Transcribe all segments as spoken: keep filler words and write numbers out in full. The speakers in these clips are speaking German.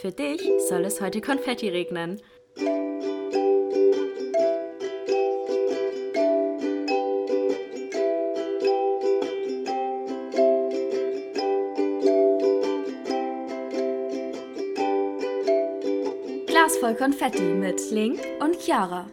Für dich soll es heute Konfetti regnen. Glas voll Konfetti mit Link und Chiara.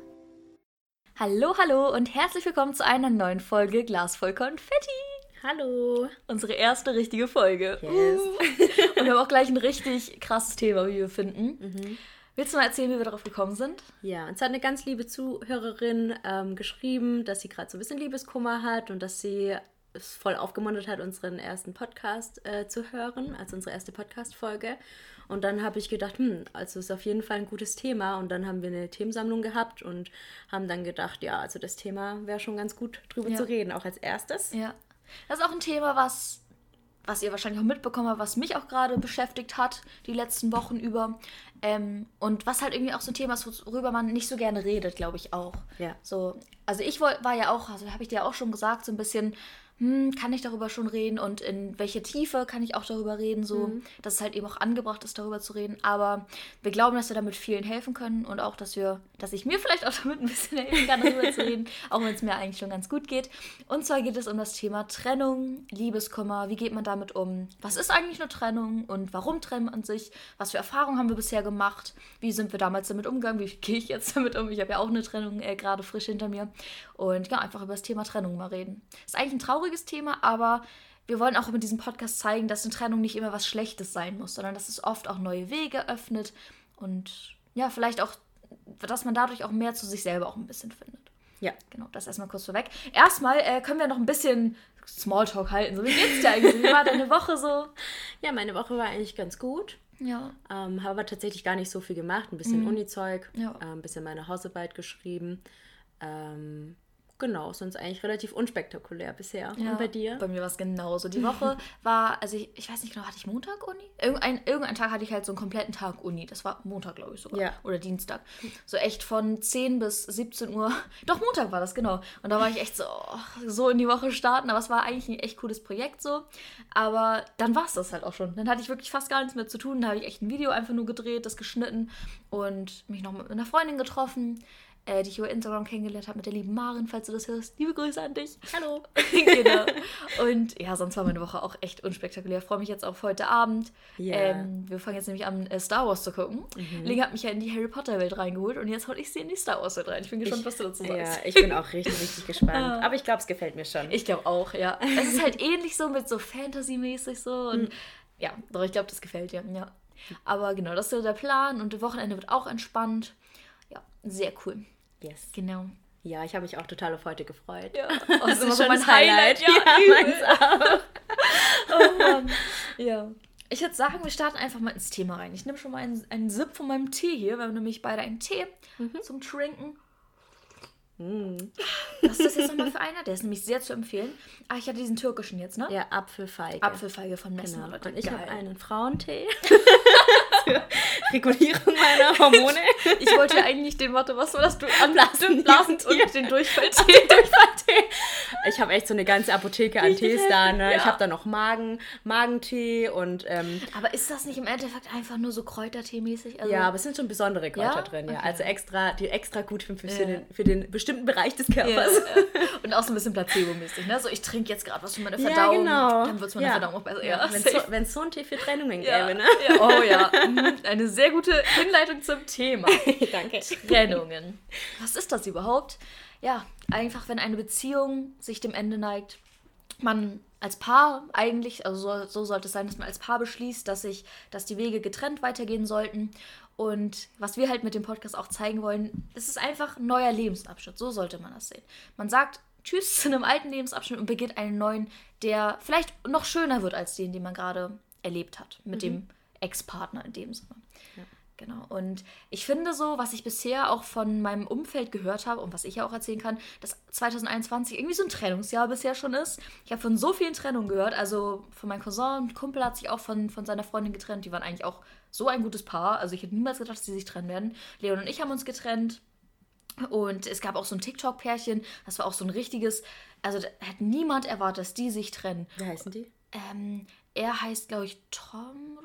Hallo, hallo und herzlich willkommen zu einer neuen Folge Glas voll Konfetti. Hallo. Unsere erste richtige Folge. Yes. Uh. Und wir haben auch gleich ein richtig krasses Thema, wie wir finden. Mhm. Willst du mal erzählen, wie wir darauf gekommen sind? Ja, uns hat eine ganz liebe Zuhörerin ähm, geschrieben, dass sie gerade so ein bisschen Liebeskummer hat und dass sie es voll aufgemuntert hat, unseren ersten Podcast äh, zu hören, also unsere erste Podcast-Folge. Und dann habe ich gedacht, hm, also ist auf jeden Fall ein gutes Thema. Und dann haben wir eine Themensammlung gehabt und haben dann gedacht, ja, also das Thema wäre schon ganz gut drüber Ja. zu reden, auch als erstes. Ja. Das ist auch ein Thema, was, was ihr wahrscheinlich auch mitbekommen habt, was mich auch gerade beschäftigt hat, die letzten Wochen über. Ähm, und was halt irgendwie auch so ein Thema ist, worüber man nicht so gerne redet, glaube ich auch. Ja. So, also ich woll, war ja auch, also habe ich dir auch schon gesagt, so ein bisschen, hm, kann ich darüber schon reden und in welche Tiefe kann ich auch darüber reden, so, Mhm. dass es halt eben auch angebracht ist, darüber zu reden. Aber wir glauben, dass wir damit vielen helfen können und auch, dass wir, dass ich mir vielleicht auch damit ein bisschen helfen kann, darüber zu reden, auch wenn es mir eigentlich schon ganz gut geht. Und zwar geht es um das Thema Trennung, Liebeskummer, wie geht man damit um? Was ist eigentlich eine Trennung und warum trennt man sich? Was für Erfahrungen haben wir bisher gemacht? Wie sind wir damals damit umgegangen? Wie gehe ich jetzt damit um? Ich habe ja auch eine Trennung äh, gerade frisch hinter mir. Und ja, einfach über das Thema Trennung mal reden. Ist eigentlich ein trauriges Thema, aber wir wollen auch mit diesem Podcast zeigen, dass eine Trennung nicht immer was Schlechtes sein muss, sondern dass es oft auch neue Wege öffnet und ja, vielleicht auch, dass man dadurch auch mehr zu sich selber auch ein bisschen findet. Ja. Genau, das erstmal kurz vorweg. Erstmal äh, können wir noch ein bisschen Smalltalk halten. So, wie geht's dir eigentlich? Wie war deine Woche so? Ja, meine Woche war eigentlich ganz gut. Ja. Ähm, habe aber tatsächlich gar nicht so viel gemacht. Ein bisschen Mhm. Uni-Zeug, Ja. äh, ein bisschen meine Hausarbeit geschrieben. Ähm, genau, sonst eigentlich relativ unspektakulär bisher. Ja, Und bei dir? Bei mir war es genauso. Die Woche war, also ich, ich weiß nicht genau, hatte ich Montag Uni? Irgendein, irgendein Tag hatte ich halt so einen kompletten Tag Uni. Das war Montag, glaube ich sogar. Ja. Oder Dienstag. So echt von zehn bis siebzehn Uhr. Doch, Montag war das, genau. Und da war ich echt so, oh, so in die Woche starten. Aber es war eigentlich ein echt cooles Projekt so. Aber dann war es das halt auch schon. Dann hatte ich wirklich fast gar nichts mehr zu tun. Da habe ich echt ein Video einfach nur gedreht, das geschnitten und mich noch mit einer Freundin getroffen, Äh, die ich über Instagram kennengelernt habe, mit der lieben Marin, falls du das hörst. Liebe Grüße an dich. Hallo. Genau. Und ja, sonst war meine Woche auch echt unspektakulär. Ich freue mich jetzt auf heute Abend. Ja. Ähm, wir fangen jetzt nämlich an, äh, Star Wars zu gucken. Mhm. Ling hat mich ja in die Harry Potter Welt reingeholt und jetzt hole ich sie in die Star Wars Welt rein. Ich bin gespannt, Ich- was du dazu Ja, sagst. ich bin auch richtig, richtig gespannt. Ah. Aber ich glaube, es gefällt mir schon. Ich glaube auch, ja. Es ist halt ähnlich so mit so Fantasy-mäßig so und Mhm. ja, doch, ich glaube, das gefällt dir, ja. Aber genau, das ist so der Plan und das Wochenende wird auch entspannt. Ja, sehr cool. Yes. Genau. Ja, ich habe mich auch total auf heute gefreut. Ja, Oh, das ist immer so schon mein das Highlight. Ja, Ja, übel. meins auch. Oh Mann. Ja. Ich würde sagen, wir starten einfach mal ins Thema rein. Ich nehme schon mal einen, einen Sip von meinem Tee hier. Wir haben nämlich beide einen Tee zum Trinken. Mm. Was ist das jetzt nochmal für einer? Der ist nämlich sehr zu empfehlen. Ah, ich hatte diesen türkischen jetzt, ne? Ja, Apfelfeige. Apfelfeige von Messner, Genau. Leute. Und ich Geil. habe einen Frauentee. Zur Regulierung meiner Hormone. Ich wollte ja eigentlich den, warte, was war das? Du anblasen Blasen- und den Durchfalltee. Durchfalltee. Ich habe echt so eine ganze Apotheke an Richtig Tees da. Ne? heftig, Ich ja. habe da noch Magen, Magentee und ähm, Aber ist das nicht im Endeffekt einfach nur so Kräutertee-mäßig? Also, ja, aber es sind schon besondere Kräuter Ja? drin. Ja. Okay. Also extra, die extra gut für, für, Ja. den, für den bestimmten Bereich des Ja, Körpers. ja. Und auch so ein bisschen Placebo-mäßig, ne? So, ich trinke jetzt gerade was für meine Ja, Verdauung. genau. Dann wird es meiner Ja. Verdauung auch besser. Ja, Ja, wenn safe. so, wenn's so einen Tee für Trennungen Ja. gäbe, ne? Ja, oh ja, mhm. Eine sehr gute Hinleitung zum Thema. Danke. Trennungen. Was ist das überhaupt? Ja, einfach, wenn eine Beziehung sich dem Ende neigt, man als Paar eigentlich, also so, so sollte es sein, dass man als Paar beschließt, dass sich, dass die Wege getrennt weitergehen sollten. Und was wir halt mit dem Podcast auch zeigen wollen, es ist einfach ein neuer Lebensabschnitt. So sollte man das sehen. Man sagt Tschüss zu einem alten Lebensabschnitt und beginnt einen neuen, der vielleicht noch schöner wird als den, den man gerade erlebt hat. Mit dem Ex-Partner in dem Sinne. Ja. Genau. Und ich finde so, was ich bisher auch von meinem Umfeld gehört habe und was ich ja auch erzählen kann, dass zwanzig einundzwanzig irgendwie so ein Trennungsjahr bisher schon ist. Ich habe von so vielen Trennungen gehört. Also von meinem Cousin, ein Kumpel hat sich auch von, von seiner Freundin getrennt. Die waren eigentlich auch so ein gutes Paar. Also ich hätte niemals gedacht, dass die sich trennen werden. Leon und ich haben uns getrennt. Und es gab auch so ein TikTok-Pärchen. Das war auch so ein richtiges, also da hat niemand erwartet, dass die sich trennen. Wie heißen die? Ähm, er heißt, glaube ich, Tom oder so.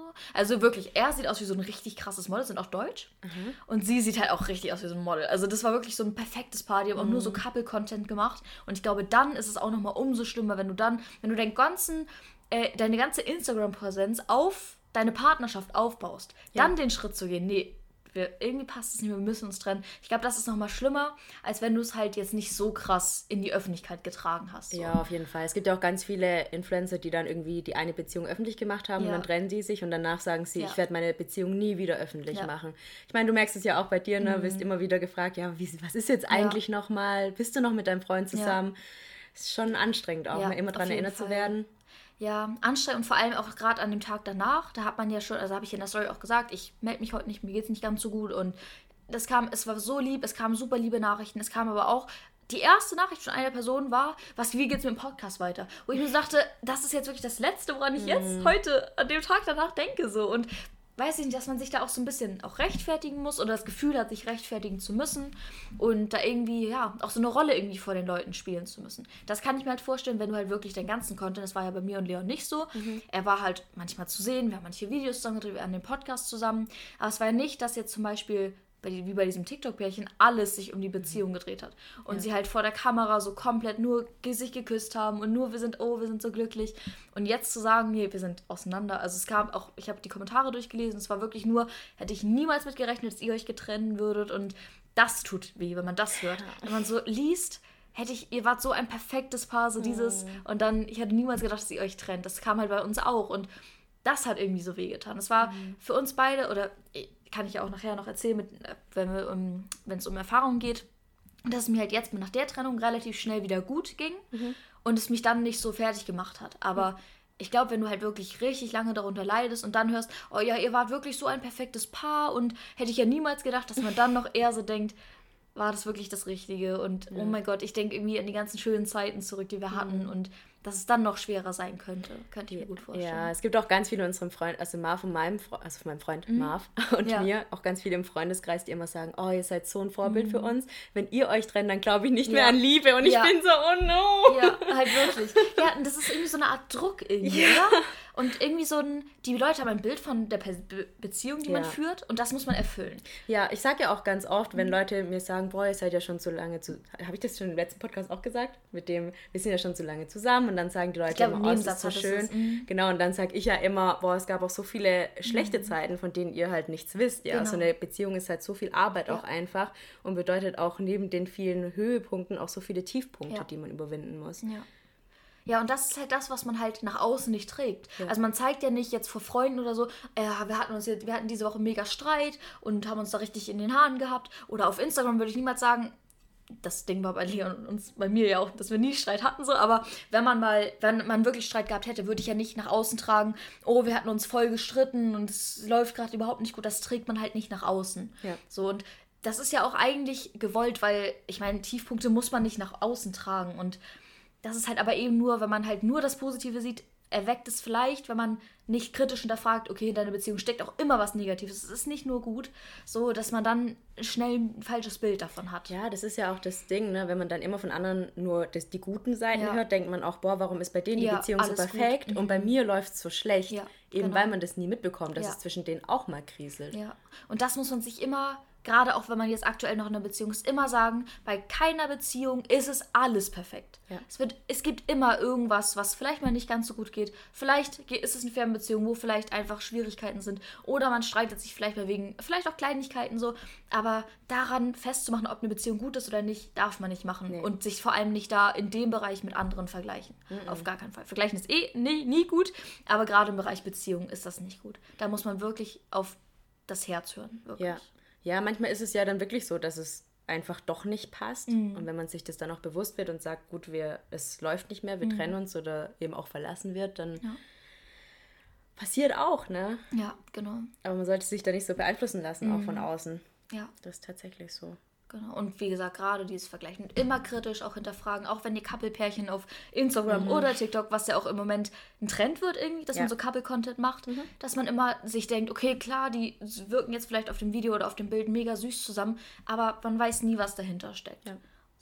Also wirklich, er sieht aus wie so ein richtig krasses Model, sind auch deutsch. Mhm. Und sie sieht halt auch richtig aus wie so ein Model. Also das war wirklich so ein perfektes Paar. Die haben auch mhm. nur so Couple-Content gemacht. Und ich glaube, dann ist es auch nochmal umso schlimmer, wenn du dann, wenn du deinen ganzen, äh, deine ganze Instagram-Präsenz auf deine Partnerschaft aufbaust. Ja. Dann den Schritt zu gehen, nee, wir, irgendwie passt es nicht mehr, wir müssen uns trennen. Ich glaube, das ist nochmal schlimmer, als wenn du es halt jetzt nicht so krass in die Öffentlichkeit getragen hast. So. Ja, auf jeden Fall. Es gibt ja auch ganz viele Influencer, die dann irgendwie die eine Beziehung öffentlich gemacht haben ja. und dann trennen die sich und danach sagen sie, ja. ich werde meine Beziehung nie wieder öffentlich ja. machen. Ich meine, du merkst es ja auch bei dir, ne? Du mhm. wirst immer wieder gefragt, ja, wie, was ist jetzt eigentlich ja. nochmal? Bist du noch mit deinem Freund zusammen? Es ja. ist schon anstrengend auch, ja, ne? immer daran erinnert Fall. zu werden. Ja, anstrengend und vor allem auch gerade an dem Tag danach, da hat man ja schon, also habe ich in der Story auch gesagt, ich melde mich heute nicht, mir geht's nicht ganz so gut und das kam, es war so lieb, es kamen super liebe Nachrichten, es kam aber auch, die erste Nachricht von einer Person war, was, wie geht's mit dem Podcast weiter? Wo ich mir dachte, das ist jetzt wirklich das Letzte, woran ich jetzt mm. heute an dem Tag danach denke so und weiß ich nicht, dass man sich da auch so ein bisschen auch rechtfertigen muss oder das Gefühl hat, sich rechtfertigen zu müssen und da irgendwie, ja, auch so eine Rolle irgendwie vor den Leuten spielen zu müssen. Das kann ich mir halt vorstellen, wenn du halt wirklich deinen ganzen Content, das war ja bei mir und Leon nicht so, mhm. er war halt manchmal zu sehen, wir haben manche Videos zusammen gedreht, wir haben den Podcast zusammen, aber es war ja nicht, dass jetzt zum Beispiel bei, wie bei diesem TikTok-Pärchen, alles sich um die Beziehung gedreht hat. Und ja. sie halt vor der Kamera so komplett nur sich geküsst haben und nur wir sind, oh, wir sind so glücklich. Und jetzt zu sagen, nee, wir sind auseinander. Also es kam auch, ich habe die Kommentare durchgelesen, es war wirklich nur, hätte ich niemals mit gerechnet, dass ihr euch getrennt würdet. Und das tut weh, wenn man das hört. Wenn man so liest, hätte ich, ihr wart so ein perfektes Paar, so dieses, mhm. und dann, ich hätte niemals gedacht, dass ihr euch trennt. Das kam halt bei uns auch. Und das hat irgendwie so wehgetan. Es war mhm. für uns beide, oder kann ich ja auch nachher noch erzählen, mit, wenn wir, um, wenn es um Erfahrungen geht, dass es mir halt jetzt nach der Trennung relativ schnell wieder gut ging mhm. und es mich dann nicht so fertig gemacht hat. Aber mhm. ich glaube, wenn du halt wirklich richtig lange darunter leidest und dann hörst, oh ja, ihr wart wirklich so ein perfektes Paar und hätte ich ja niemals gedacht, dass man dann noch eher so denkt, war das wirklich das Richtige? Und ja. oh mein Gott, ich denke irgendwie an die ganzen schönen Zeiten zurück, die wir mhm. hatten und dass es dann noch schwerer sein könnte. Könnte ich mir gut vorstellen. Ja, es gibt auch ganz viele in unserem Freund, also Marv und meinem Freund, also von meinem Freund mhm. Marv und ja. mir, auch ganz viele im Freundeskreis, die immer sagen, oh, ihr seid so ein Vorbild mhm. für uns. Wenn ihr euch trennt, dann glaube ich nicht ja. mehr an Liebe. Und ja. ich bin so, oh no. Ja, halt wirklich. Ja, und das ist irgendwie so eine Art Druck irgendwie, ja. oder? Und irgendwie so ein, die Leute haben ein Bild von der Be- Beziehung, die ja. man führt und das muss man erfüllen. Ja, ich sage ja auch ganz oft, wenn Leute mir sagen, boah, ihr seid ja schon so lange zu, habe ich das schon im letzten Podcast auch gesagt? Mit dem, wir sind ja schon so lange zusammen und dann sagen die Leute, ich glaube, immer, oh, das ist so schön. Das, mm. Genau, und dann sage ich ja immer, boah, es gab auch so viele schlechte mm. Zeiten, von denen ihr halt nichts wisst. Ja, genau. So eine Beziehung ist halt so viel Arbeit ja. auch einfach und bedeutet auch neben den vielen Höhepunkten auch so viele Tiefpunkte, ja. die man überwinden muss. Ja. Ja, und das ist halt das, was man halt nach außen nicht trägt. Ja. Also man zeigt ja nicht jetzt vor Freunden oder so, äh, wir hatten uns jetzt, wir hatten diese Woche mega Streit und haben uns da richtig in den Haaren gehabt. Oder auf Instagram würde ich niemals sagen, das Ding war bei Leon und uns, bei mir ja auch, dass wir nie Streit hatten, so, aber wenn man mal, wenn man wirklich Streit gehabt hätte, würde ich ja nicht nach außen tragen, oh, wir hatten uns voll gestritten und es läuft gerade überhaupt nicht gut, das trägt man halt nicht nach außen. Ja. So, und das ist ja auch eigentlich gewollt, weil, ich meine, Tiefpunkte muss man nicht nach außen tragen und das ist halt aber eben nur, wenn man halt nur das Positive sieht, erweckt es vielleicht, wenn man nicht kritisch hinterfragt, okay, in deiner Beziehung steckt auch immer was Negatives, es ist nicht nur gut, so, dass man dann schnell ein falsches Bild davon hat. Ja, das ist ja auch das Ding, ne? Wenn man dann immer von anderen nur das, die guten Seiten ja. hört, denkt man auch, boah, warum ist bei denen ja, die Beziehung so perfekt mhm. und bei mir läuft es so schlecht, ja, eben genau. weil man das nie mitbekommt, dass ja. es zwischen denen auch mal kriselt. Ja, und das muss man sich immer, gerade auch wenn man jetzt aktuell noch in einer Beziehung ist, immer sagen, bei keiner Beziehung ist es alles perfekt. Ja. Es wird, es gibt immer irgendwas, was vielleicht mal nicht ganz so gut geht. Vielleicht ist es eine Fernbeziehung, wo vielleicht einfach Schwierigkeiten sind. Oder man streitet sich vielleicht mal wegen, vielleicht auch Kleinigkeiten so. Aber daran festzumachen, ob eine Beziehung gut ist oder nicht, darf man nicht machen. Nee. Und sich vor allem nicht da in dem Bereich mit anderen vergleichen. Mhm. Auf gar keinen Fall. Vergleichen ist eh nie, nie gut, aber gerade im Bereich Beziehung ist das nicht gut. Da muss man wirklich auf das Herz hören. Wirklich. Ja. Ja, manchmal ist es ja dann wirklich so, dass es einfach doch nicht passt. Mhm. Und wenn man sich das dann auch bewusst wird und sagt, gut, wir, es läuft nicht mehr, wir mhm. trennen uns oder eben auch verlassen wird, dann ja. passiert auch, ne? Ja, genau. Aber man sollte sich da nicht so beeinflussen lassen, mhm. auch von außen. Ja. Das ist tatsächlich so. Genau. Und wie gesagt, gerade dieses Vergleichen immer kritisch auch hinterfragen, auch wenn die Couple-Pärchen auf Instagram mhm. oder TikTok, was ja auch im Moment ein Trend wird irgendwie, dass ja. man so Couple-Content macht, mhm. dass man immer sich denkt, okay, klar, die wirken jetzt vielleicht auf dem Video oder auf dem Bild mega süß zusammen, aber man weiß nie, was dahinter steckt. Ja.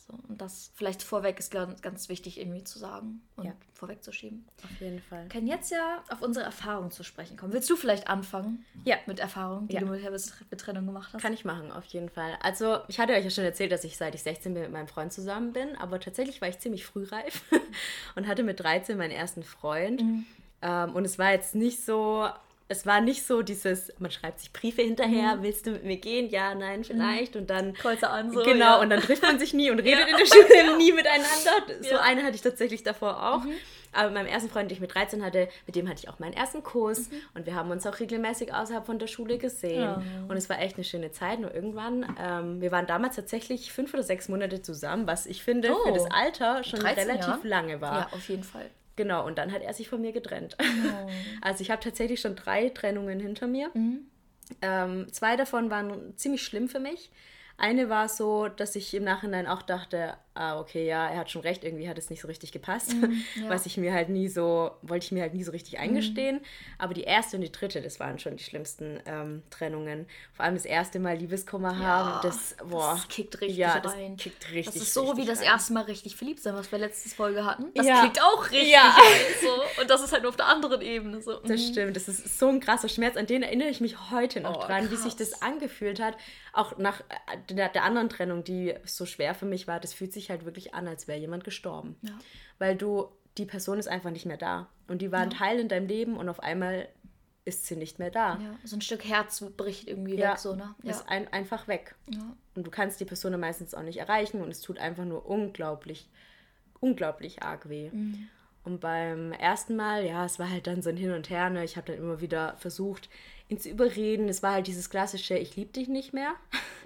So, und das vielleicht vorweg ist ganz, ganz wichtig irgendwie zu sagen und Ja. vorwegzuschieben. Auf jeden Fall. Wir können jetzt ja auf unsere Erfahrungen zu sprechen kommen. Willst du vielleicht anfangen Ja. mit Erfahrungen, die Ja. du mit der Betrennung gemacht hast? Kann ich machen, auf jeden Fall. Also, ich hatte euch ja schon erzählt, dass ich seit ich sechzehn bin mit meinem Freund zusammen bin, aber tatsächlich war ich ziemlich frühreif und hatte mit dreizehn meinen ersten Freund. Mhm. Ähm, und es war jetzt nicht so, es war nicht so dieses, man schreibt sich Briefe hinterher, Mhm. willst du mit mir gehen? Ja, nein, vielleicht. Und dann, Kreuze an, so. genau, ja. und dann trifft man sich nie und redet Ja. in der Schule nie miteinander. So Ja. eine hatte ich tatsächlich davor auch. Mhm. Aber mit meinem ersten Freund, den ich mit dreizehn hatte, mit dem hatte ich auch meinen ersten Kuss. Mhm. Und wir haben uns auch regelmäßig außerhalb von der Schule gesehen. Ja. Und es war echt eine schöne Zeit. Nur irgendwann, ähm, wir waren damals tatsächlich fünf oder sechs Monate zusammen, was ich finde Oh. für das Alter schon dreizehn relativ Jahre? lange war. Ja, auf jeden Fall. Genau, und dann hat er sich von mir getrennt. Oh. Also ich habe tatsächlich schon drei Trennungen hinter mir. Mhm. Ähm, zwei davon waren ziemlich schlimm für mich. Eine war so, dass ich im Nachhinein auch dachte, ah, okay, ja, er hat schon recht, irgendwie hat es nicht so richtig gepasst. Mhm, ja. Was ich mir halt nie so, wollte ich mir halt nie so richtig eingestehen. Aber die erste und die dritte, das waren schon die schlimmsten ähm, Trennungen. Vor allem das erste Mal Liebeskummer Ja, haben, das, boah. das kickt richtig ja, das rein. kickt richtig, Das ist so richtig wie das rein. erste Mal richtig verliebt sein, was wir letztes Folge hatten. Das Ja. kickt auch richtig Ja. rein. So. Und das ist halt nur auf der anderen Ebene. So. Das Mhm. stimmt, das ist so ein krasser Schmerz, an den erinnere ich mich heute noch Oh, dran, wie krass. sich das angefühlt hat. Auch nach äh, der, der anderen Trennung, die so schwer für mich war, das fühlt sich halt wirklich an, als wäre jemand gestorben. Ja. Weil du, die Person ist einfach nicht mehr da. Und die war ein Teil in deinem Leben und auf einmal ist sie nicht mehr da. Ja, so ein Stück Herz bricht irgendwie Ja, weg. So, ne? Ja. ist ein, einfach weg. Ja. Und du kannst die Person dann meistens auch nicht erreichen und es tut einfach nur unglaublich, unglaublich arg weh. Mhm. Und beim ersten Mal, ja, es war halt dann so ein Hin und Her, ne? Ich habe dann immer wieder versucht, ihn zu überreden. Es war halt dieses klassische, ich liebe dich nicht mehr.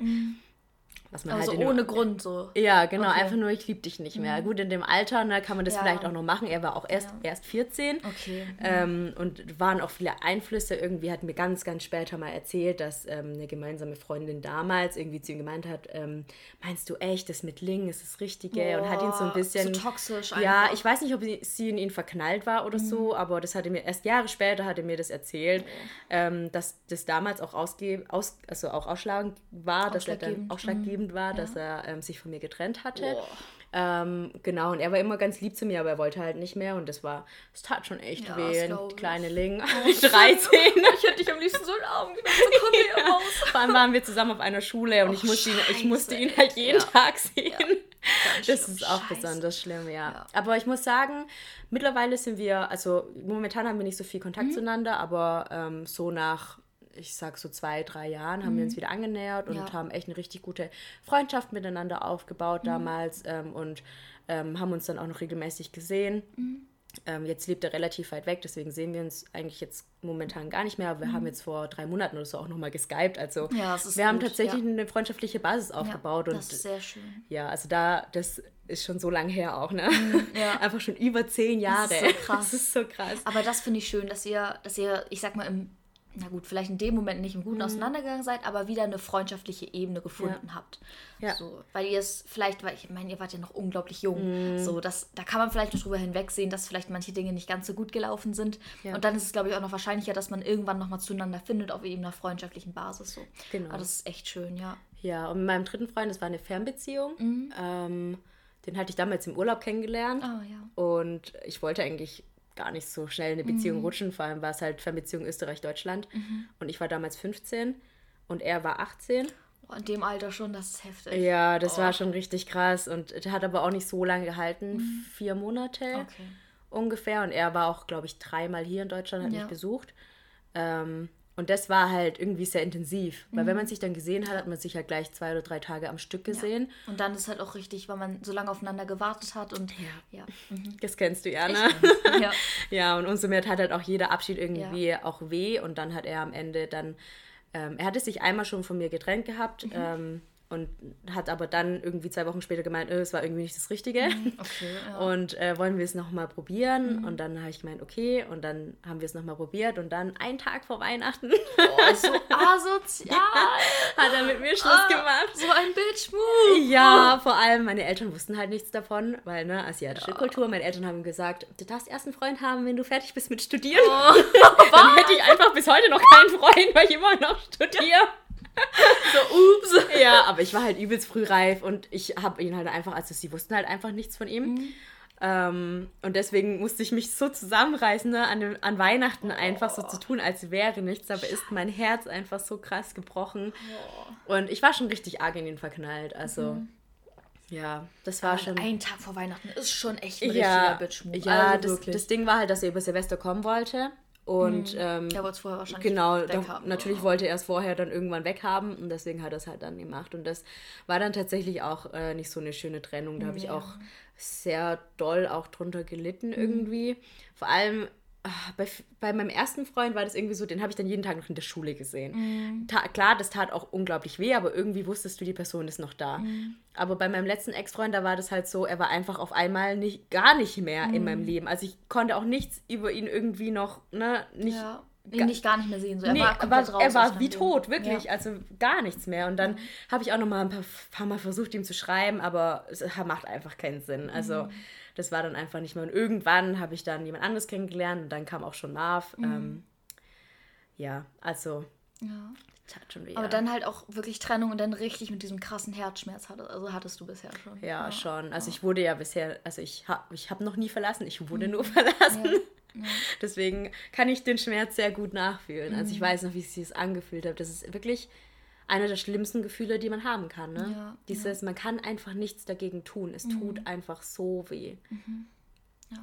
Was man Also halt in dem- ohne Grund so. Ja, genau, Okay. einfach nur, ich liebe dich nicht mehr. Gut, in dem Alter, ne, kann man das Ja. vielleicht auch noch machen. Er war auch erst, Ja. erst vierzehn. Okay. Ähm, und waren auch viele Einflüsse. Irgendwie hat mir ganz, ganz später mal erzählt, dass ähm, eine gemeinsame Freundin damals irgendwie zu ihm gemeint hat, ähm, meinst du echt, das mit Ling ist das Richtige? Und hat ihn so ein Boah, bisschen... so toxisch Ja, einfach. ich weiß nicht, ob sie, sie in ihn verknallt war oder so, aber das hatte mir, erst Jahre später hat er mir das erzählt, ähm, dass das damals auch, ausge, aus, also auch ausschlagend war, dass er dann Ausschlaggebend. ausschlaggebend war, dass er ähm, sich von mir getrennt hatte. Boah. Ähm, genau, und er war immer ganz lieb zu mir, aber er wollte halt nicht mehr und das war, es tat schon echt Ja, das weh. glaub Ein ich. kleiner Ling, dreizehn. Ich hätte dich am liebsten so in den Arm genommen. So, komm hier raus. Vor allem waren wir zusammen auf einer Schule und Och, ich, musste ihn, ich Scheiße, musste ihn ey. halt jeden Ja. Tag sehen. Ganz Das schlimm. ist auch Scheiße. besonders schlimm, ja. Ja. Aber ich muss sagen, mittlerweile sind wir, also momentan haben wir nicht so viel Kontakt Mhm. zueinander, aber ähm, so nach, ich sag so zwei, drei Jahren haben wir uns wieder angenähert und Mhm. Ja. haben echt eine richtig gute Freundschaft miteinander Mhm. aufgebaut damals ähm, und ähm, haben uns dann auch noch regelmäßig gesehen. Mhm. Ähm, jetzt lebt er relativ weit weg, deswegen sehen wir uns eigentlich jetzt momentan gar nicht mehr. Aber wir haben jetzt vor drei Monaten oder so auch nochmal geskypt. Also Mhm. Ja, das ist wir haben gut, tatsächlich ja. eine freundschaftliche Basis aufgebaut. Ja, und das ist sehr schön. ja, also da, das ist schon so lange her auch, ne? ja. Einfach schon über zehn Jahre. Das ist so krass. Das ist so krass. Aber das finde ich schön, dass ihr, dass ihr, ich sag mal, im, na gut, vielleicht in dem Moment nicht im Guten auseinandergegangen seid, aber wieder eine freundschaftliche Ebene gefunden habt. Ja. So, weil ihr es vielleicht, weil ich meine, ihr wart ja noch unglaublich jung. So, das, da kann man vielleicht noch drüber hinwegsehen, dass vielleicht manche Dinge nicht ganz so gut gelaufen sind. Ja. Und dann ist es, glaube ich, auch noch wahrscheinlicher, dass man irgendwann nochmal zueinander findet, auf eben einer freundschaftlichen Basis. So. Genau. Aber das ist echt schön, ja. Ja, und mit meinem dritten Freund, das war eine Fernbeziehung. Mhm. Ähm, den hatte ich damals im Urlaub kennengelernt. Ah, ja. Und ich wollte eigentlich gar nicht so schnell in eine Beziehung rutschen. Vor allem war es halt Fernbeziehung Österreich-Deutschland. Und ich war damals fünfzehn und er war achtzehn. Boah, in dem Alter schon, das ist heftig. Ja, das Oh. war schon richtig krass. Und der hat aber auch nicht so lange gehalten. Vier Monate Okay. ungefähr. Und er war auch, glaube ich, dreimal hier in Deutschland, hat Ja. mich besucht. Ähm, und das war halt irgendwie sehr intensiv. Weil wenn man sich dann gesehen hat, hat man sich halt gleich zwei oder drei Tage am Stück gesehen. Und dann ist halt auch richtig, weil man so lange aufeinander gewartet hat und Ja. ja. Mhm. Das kennst du ja, ne? ja. Ja, und umso mehr tat halt auch jeder Abschied irgendwie auch weh. Und dann hat er am Ende dann, ähm, er hatte sich einmal schon von mir getrennt gehabt ähm, und hat aber dann irgendwie zwei Wochen später gemeint, äh, es war irgendwie nicht das Richtige. Okay, ja. Und äh, wollen wir es nochmal probieren? Und dann habe ich gemeint, okay. Und dann haben wir es nochmal probiert. Und dann einen Tag vor Weihnachten Oh, so asozial. hat er mit mir Schluss Ah, gemacht. So ein Bitch-Move. Ja, vor allem meine Eltern wussten halt nichts davon, weil, ne, asiatische Kultur. Meine Eltern haben gesagt, du darfst erst einen Freund haben, wenn du fertig bist mit Studieren. Oh, Dann hätte ich einfach bis heute noch keinen Freund, weil ich immer noch studiere. So, ups. Ja, aber ich war halt übelst frühreif und ich habe ihn halt einfach, also sie wussten halt einfach nichts von ihm. Mhm. Ähm, und deswegen musste ich mich so zusammenreißen, ne, an, dem, an Weihnachten oh. einfach so zu tun, als wäre nichts. Aber ist mein Herz einfach so krass gebrochen. Oh. Und ich war schon richtig arg in ihn verknallt. Also, mhm. ja, das war aber schon... Ein Tag vor Weihnachten ist schon echt ein ja, richtiger Bitch-Move. Ja, also das, das Ding war halt, dass er über Silvester kommen wollte. Und, mhm. ähm, der wollte es vorher wahrscheinlich genau, weghaben. Natürlich oder? wollte er es vorher dann irgendwann weghaben und deswegen hat er es halt dann gemacht. Und das war dann tatsächlich auch äh, nicht so eine schöne Trennung. Da habe ich ja. auch sehr doll auch drunter gelitten mhm. irgendwie. Vor allem ach, bei, bei meinem ersten Freund war das irgendwie so, den habe ich dann jeden Tag noch in der Schule gesehen. Mhm. Ta- klar, das tat auch unglaublich weh, aber irgendwie wusstest du, die Person ist noch da. Mhm. Aber bei meinem letzten Ex-Freund, da war das halt so, er war einfach auf einmal nicht, gar nicht mehr mhm. in meinem Leben. Also ich konnte auch nichts über ihn irgendwie noch, ne, nicht... Ja. Ihn nicht gar nicht mehr sehen. So. Er nee, war komplett aber raus. Er war wie tot, wirklich. Ja. Also gar nichts mehr. Und dann mhm. habe ich auch noch mal ein paar, paar Mal versucht, ihm zu schreiben, aber es macht einfach keinen Sinn. Also mhm. das war dann einfach nicht mehr. Und irgendwann habe ich dann jemand anderes kennengelernt und dann kam auch schon Marv. Mhm. Ähm, ja, also ja. tat schon weh. Aber dann halt auch wirklich Trennung und dann richtig mit diesem krassen Herzschmerz hattest. Also hattest du bisher schon. Ja, ja. schon. Also ja. ich wurde ja bisher, also ich habe ich hab noch nie verlassen, ich wurde mhm. nur verlassen. Ja. Ja. Deswegen kann ich den Schmerz sehr gut nachfühlen. Mhm. Also ich weiß noch, wie es sich angefühlt hat. Das ist wirklich einer der schlimmsten Gefühle, die man haben kann. Ne? Ja, Dieses, ja. man kann einfach nichts dagegen tun. Es mhm. tut einfach so weh. Mhm. Ja.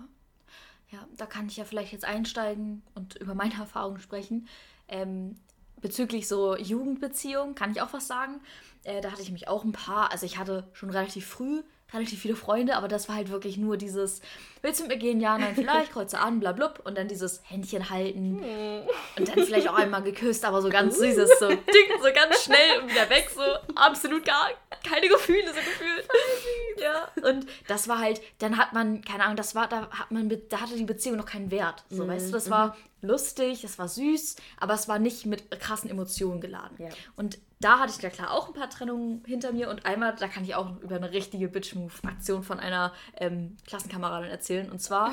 Ja, da kann ich ja vielleicht jetzt einsteigen und über meine Erfahrungen sprechen. Ähm, bezüglich so Jugendbeziehungen kann ich auch was sagen. Äh, da hatte ich mich auch ein paar, also ich hatte schon relativ früh relativ viele Freunde, aber das war halt wirklich nur dieses, willst du mit mir gehen? Ja, nein, vielleicht, kreuze an, blablub. Und dann dieses Händchen halten und dann vielleicht auch einmal geküsst, aber so ganz süßes, so Ding, so ganz schnell und wieder weg, so absolut gar keine Gefühle so gefühlt. Ja, und das war halt, dann hat man, keine Ahnung, das war, da hat man, da hatte die Beziehung noch keinen Wert, so, mhm. weißt du, das war lustig, das war süß, aber es war nicht mit krassen Emotionen geladen. Ja. Und da hatte ich ja klar auch ein paar Trennungen hinter mir und einmal, da kann ich auch über eine richtige Bitch-Move-Aktion von einer ähm, Klassenkameradin erzählen. Und zwar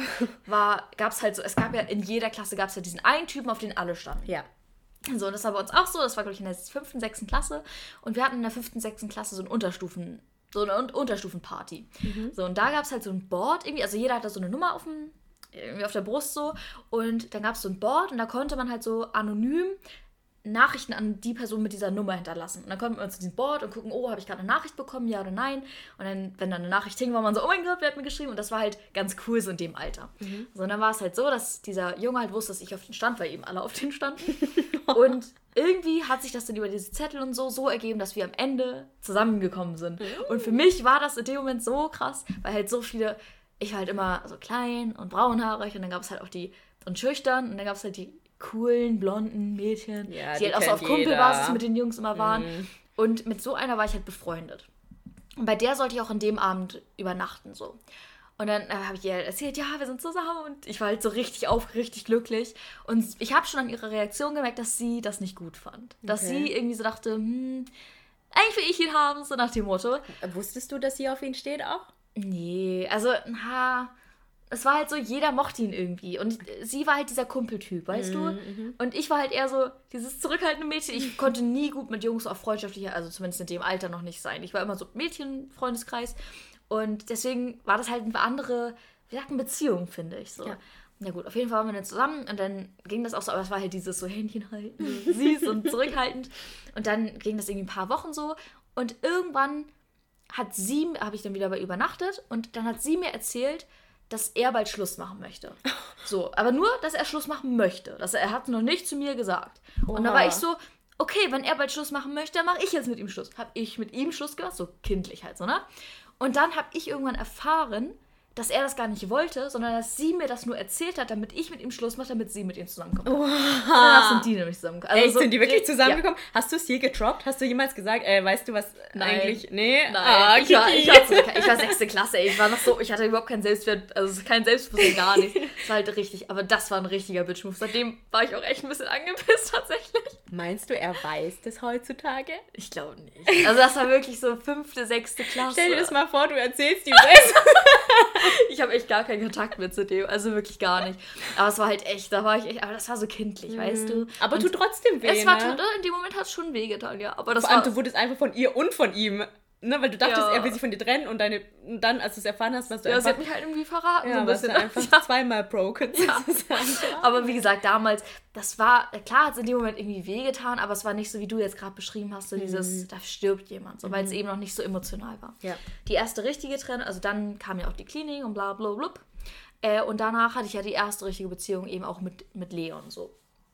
gab es halt so, es gab ja in jeder Klasse gab es ja diesen einen Typen, auf den alle standen. Ja. So, und das war bei uns auch so, das war glaube ich in der fünften, sechsten Klasse und wir hatten in der fünften, sechsten Klasse so ein Unterstufen, so eine Unterstufenparty. Mhm. So, und da gab es halt so ein Board irgendwie, also jeder hatte so eine Nummer auf dem, irgendwie auf der Brust so und dann gab es so ein Board und da konnte man halt so anonym Nachrichten an die Person mit dieser Nummer hinterlassen. Und dann kommen wir zu diesem Board und gucken, oh, habe ich gerade eine Nachricht bekommen, ja oder nein? Und dann, wenn dann eine Nachricht hing, war man so, oh mein Gott, wer hat mir geschrieben? Und das war halt ganz cool so in dem Alter. Mhm. So, und dann war es halt so, dass dieser Junge halt wusste, dass ich auf den stand, weil eben alle auf den standen. Und irgendwie hat sich das dann über diese Zettel und so so ergeben, dass wir am Ende zusammengekommen sind. Mhm. Und für mich war das in dem Moment so krass, weil halt so viele, ich war halt immer so klein und braunhaarig und dann gab es halt auch die, und schüchtern und dann gab es halt die coolen, blonden Mädchen, ja, die, die halt auch so auf Kumpelbasis mit den Jungs immer waren. Mm. Und mit so einer war ich halt befreundet. Und bei der sollte ich auch an dem Abend übernachten, so. Und dann äh, habe ich ihr erzählt, ja, wir sind zusammen. Und ich war halt so richtig aufgeregt, richtig glücklich. Und ich habe schon an ihrer Reaktion gemerkt, dass sie das nicht gut fand. Dass okay. sie irgendwie so dachte, hm, eigentlich will ich ihn haben, so nach dem Motto. Wusstest du, dass sie auf ihn steht auch? Nee, also, na... Es war halt so, jeder mochte ihn irgendwie. Und sie war halt dieser Kumpeltyp, weißt mm, du? Mm-hmm. Und ich war halt eher so dieses zurückhaltende Mädchen. Ich konnte nie gut mit Jungs auf freundschaftlicher, also zumindest in dem Alter noch nicht sein. Ich war immer so Mädchenfreundeskreis. Und deswegen war das halt eine andere, wie sagt man, Beziehung, finde ich so. Ja. Ja gut, auf jeden Fall waren wir dann zusammen und dann ging das auch so, aber es war halt dieses so Händchen halten, süß und zurückhaltend. Und dann ging das irgendwie ein paar Wochen so. Und irgendwann hat sie, habe ich dann wieder bei übernachtet und dann hat sie mir erzählt, dass er bald Schluss machen möchte. So, aber nur, dass er Schluss machen möchte. Dass er, er hat noch nicht zu mir gesagt. Oha. Und da war ich so, okay, wenn er bald Schluss machen möchte, dann mache ich jetzt mit ihm Schluss. Hab ich mit ihm Schluss gemacht, so kindlich halt so, ne? Und dann habe ich irgendwann erfahren, dass er das gar nicht wollte, sondern dass sie mir das nur erzählt hat, damit ich mit ihm Schluss mache, damit sie mit ihm zusammenkommt. Wow. Danach sind die nämlich zusammengekommen. Also Echt, so, sind die wirklich zusammengekommen? Ja. Hast du es je getroppt? Hast du jemals gesagt, äh, weißt du was Nein. eigentlich? Nee? Nein. Ah, ich, war, ich, war zurück, ich war sechste Klasse, ey. Ich war noch so, ich hatte überhaupt keinen Selbstwert, also kein Selbstbewusstsein, gar nicht. Das war halt richtig, aber das war ein richtiger Bitch-Move. Seitdem war ich auch echt ein bisschen angepisst, tatsächlich. Meinst du, er weiß das heutzutage? Ich glaube nicht. Also das war wirklich so fünfte, sechste Klasse. Stell dir das mal vor, du erzählst ihm das. Ich habe echt gar keinen Kontakt mehr zu dem, also wirklich gar nicht. Aber es war halt echt, da war ich echt, aber das war so kindlich, mhm. weißt du. Aber und tut trotzdem weh, es war, ne? In dem Moment hat es schon wehgetan, ja. Aber das Vor allem, war, du wurdest einfach von ihr und von ihm, ne, weil du dachtest, ja. er will sich von dir trennen und, deine, und dann, als du es erfahren hast, was du ja, einfach... Ja, sie hat mich halt irgendwie verraten, ja, so ein bisschen. einfach ja. zweimal broken. Ja. Aber wie gesagt, damals, das war, klar hat es in dem Moment irgendwie wehgetan, aber es war nicht so, wie du jetzt gerade beschrieben hast, so mhm. dieses, da stirbt jemand, so, weil es mhm. eben noch nicht so emotional war. Ja. Die erste richtige Trennung, also dann kam ja auch die Klinik und bla bla bla. Äh, und danach hatte ich ja die erste richtige Beziehung eben auch mit, mit Leon, so.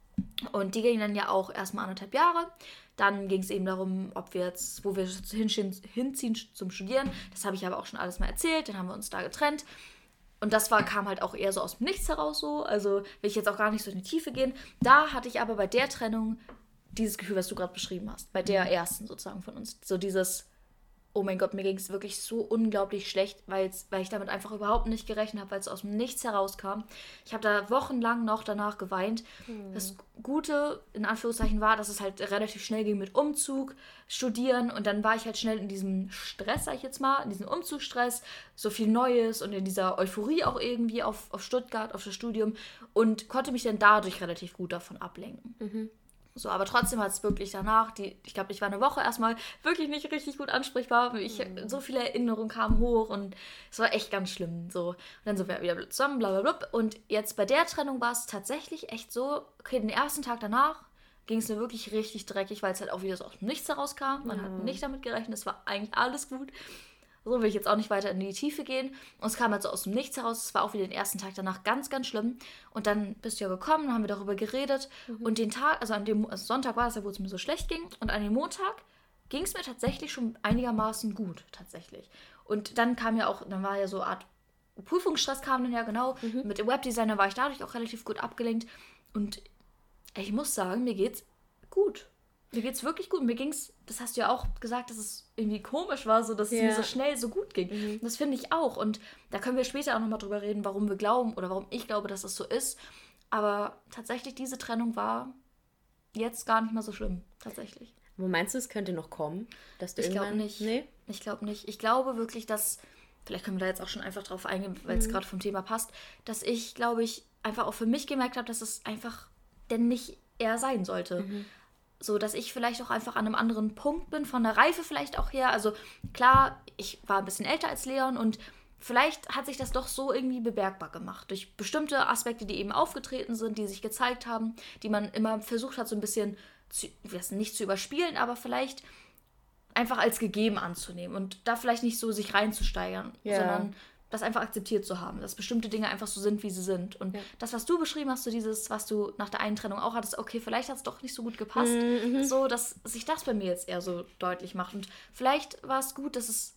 Und die ging dann ja auch erstmal anderthalb Jahre. Dann ging es eben darum, ob wir jetzt, wo wir hinziehen, hinziehen zum Studieren. Das habe ich aber auch schon alles mal erzählt. Dann haben wir uns da getrennt. Und das war, kam halt auch eher so aus dem Nichts heraus so. Also will ich jetzt auch gar nicht so in die Tiefe gehen. Da hatte ich aber bei der Trennung dieses Gefühl, was du gerade beschrieben hast. Bei der ersten sozusagen von uns. So dieses, oh mein Gott, mir ging es wirklich so unglaublich schlecht, weil ich damit einfach überhaupt nicht gerechnet habe, weil es aus dem Nichts herauskam. Ich habe da wochenlang noch danach geweint. Hm. Das Gute, in Anführungszeichen, war, dass es halt relativ schnell ging mit Umzug, Studieren und dann war ich halt schnell in diesem Stress, sag ich jetzt mal, in diesem Umzugsstress, so viel Neues und in dieser Euphorie auch irgendwie auf, auf Stuttgart, auf das Studium und konnte mich dann dadurch relativ gut davon ablenken. Mhm. So, aber trotzdem hat es wirklich danach, die, ich glaube, ich war eine Woche erstmal wirklich nicht richtig gut ansprechbar. Ich, mhm. So viele Erinnerungen kamen hoch und es war echt ganz schlimm. So. Und dann sind wir wieder zusammen, bla bla bla. Und jetzt bei der Trennung war es tatsächlich echt so, okay, den ersten Tag danach ging es mir wirklich richtig dreckig, weil es halt auch wieder so aus dem Nichts herauskam. Man mhm. hat nicht damit gerechnet, es war eigentlich alles gut. So will ich jetzt auch nicht weiter in die Tiefe gehen. Und es kam halt so aus dem Nichts heraus. Es war auch wieder den ersten Tag danach ganz, ganz schlimm. Und dann bist du ja gekommen, dann haben wir darüber geredet. Mhm. Und den Tag, also an dem also Sonntag war es ja, wo es mir so schlecht ging. Und an dem Montag ging es mir tatsächlich schon einigermaßen gut, tatsächlich. Und dann kam ja auch, dann war ja so eine Art Prüfungsstress kam dann ja genau. Mhm. Mit dem Webdesigner war ich dadurch auch relativ gut abgelenkt. Und ich muss sagen, mir geht's gut. Mir geht's wirklich gut. Mir ging's, das hast du ja auch gesagt, dass es irgendwie komisch war, so dass ja. es mir so schnell so gut ging. Mhm. Das finde ich auch. Und da können wir später auch nochmal drüber reden, warum wir glauben oder warum ich glaube, dass das so ist. Aber tatsächlich, diese Trennung war jetzt gar nicht mehr so schlimm. Tatsächlich. Wo meinst du, es könnte noch kommen? Dass du ich glaube irgendwann... nicht. Nee? Ich glaube nicht. Ich glaube wirklich, dass, vielleicht können wir da jetzt auch schon einfach drauf eingehen, weil es mhm. gerade vom Thema passt, dass ich, glaube ich, einfach auch für mich gemerkt habe, dass es einfach denn nicht er sein sollte. Mhm. So, dass ich vielleicht auch einfach an einem anderen Punkt bin, von der Reife vielleicht auch her. Also klar, ich war ein bisschen älter als Leon und vielleicht hat sich das doch so irgendwie bemerkbar gemacht. Durch bestimmte Aspekte, die eben aufgetreten sind, die sich gezeigt haben, die man immer versucht hat, so ein bisschen, zu, nicht zu überspielen, aber vielleicht einfach als gegeben anzunehmen und da vielleicht nicht so sich reinzusteigern, ja. sondern das einfach akzeptiert zu haben, dass bestimmte Dinge einfach so sind, wie sie sind. Und ja. das, was du beschrieben hast, so dieses, was du nach der einen Trennung auch hattest, okay, vielleicht hat es doch nicht so gut gepasst, mhm. so, dass sich das bei mir jetzt eher so deutlich macht. Und vielleicht war es gut, dass es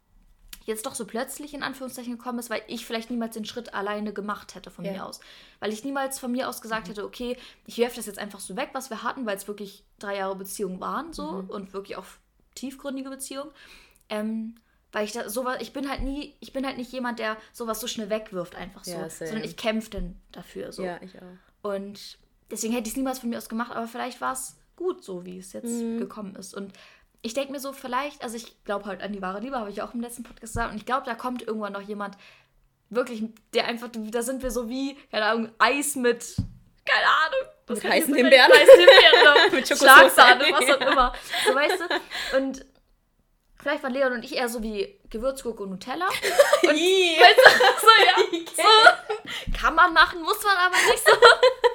jetzt doch so plötzlich in Anführungszeichen gekommen ist, weil ich vielleicht niemals den Schritt alleine gemacht hätte von ja. mir aus. Weil ich niemals von mir aus gesagt mhm. hätte, okay, ich werfe das jetzt einfach so weg, was wir hatten, weil es wirklich drei Jahre Beziehung waren so mhm. und wirklich auch tiefgründige Beziehung. Ähm, Weil ich da sowas, ich bin halt nie, ich bin halt nicht jemand, der sowas so schnell wegwirft, einfach so. Ja, sondern ich kämpfe dann dafür. So. Ja, ich auch. Und deswegen hätte ich es niemals von mir aus gemacht, aber vielleicht war es gut so, wie es jetzt mhm. gekommen ist. Und ich denke mir so, vielleicht, also ich glaube halt an die wahre Liebe, habe ich auch im letzten Podcast gesagt. Und ich glaube, da kommt irgendwann noch jemand, wirklich, der einfach, da sind wir so wie, keine Ahnung, Eis mit, keine Ahnung. Was mit heißen Himbeeren. Heißen Himbeeren mit Schlagsahne, was auch immer. So, weißt du? Und vielleicht waren Leon und ich eher so wie Gewürzgurke und Nutella. Und, weißt du, so, ja, so, kann man machen, muss man aber nicht so.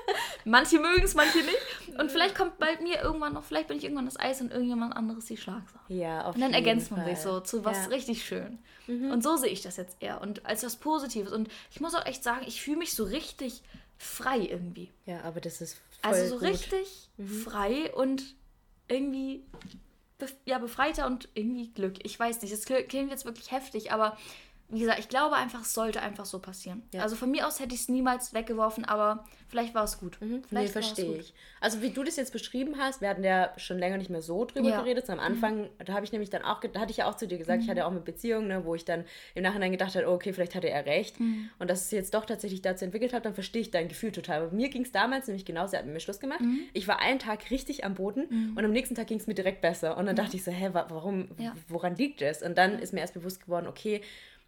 Manche mögen es, manche nicht. Und vielleicht kommt bei mir irgendwann noch, vielleicht bin ich irgendwann das Eis und irgendjemand anderes die Schlagsahne. Ja, auf Und dann jeden ergänzt man Fall. sich so zu was ja. richtig schön. Mhm. Und so sehe ich das jetzt eher. Und als was Positives. Und ich muss auch echt sagen, ich fühle mich so richtig frei irgendwie. Ja, aber das ist voll Also so gut. richtig mhm. frei und irgendwie... Bef- ja, befreiter und irgendwie Glück. Ich weiß nicht, es klingt jetzt wirklich heftig, aber wie gesagt, ich glaube einfach, es sollte einfach so passieren. Ja. Also von mir aus hätte ich es niemals weggeworfen, aber vielleicht war es gut. Mhm. Nee, verstehe ich. Also wie du das jetzt beschrieben hast, wir hatten ja schon länger nicht mehr so drüber ja. geredet. So am Anfang, mhm. da habe ich nämlich dann auch, da hatte ich ja auch zu dir gesagt, mhm. ich hatte ja auch eine Beziehung, ne, wo ich dann im Nachhinein gedacht habe, okay, vielleicht hatte er recht. Mhm. Und dass es jetzt doch tatsächlich dazu entwickelt hat, dann verstehe ich dein Gefühl total. Aber mir ging es damals nämlich genauso, er hat mit mir Schluss gemacht. Mhm. Ich war einen Tag richtig am Boden mhm. und am nächsten Tag ging es mir direkt besser. Und dann dachte ich so, hä, warum, ja. woran liegt das? Und dann ja. ist mir erst bewusst geworden, okay,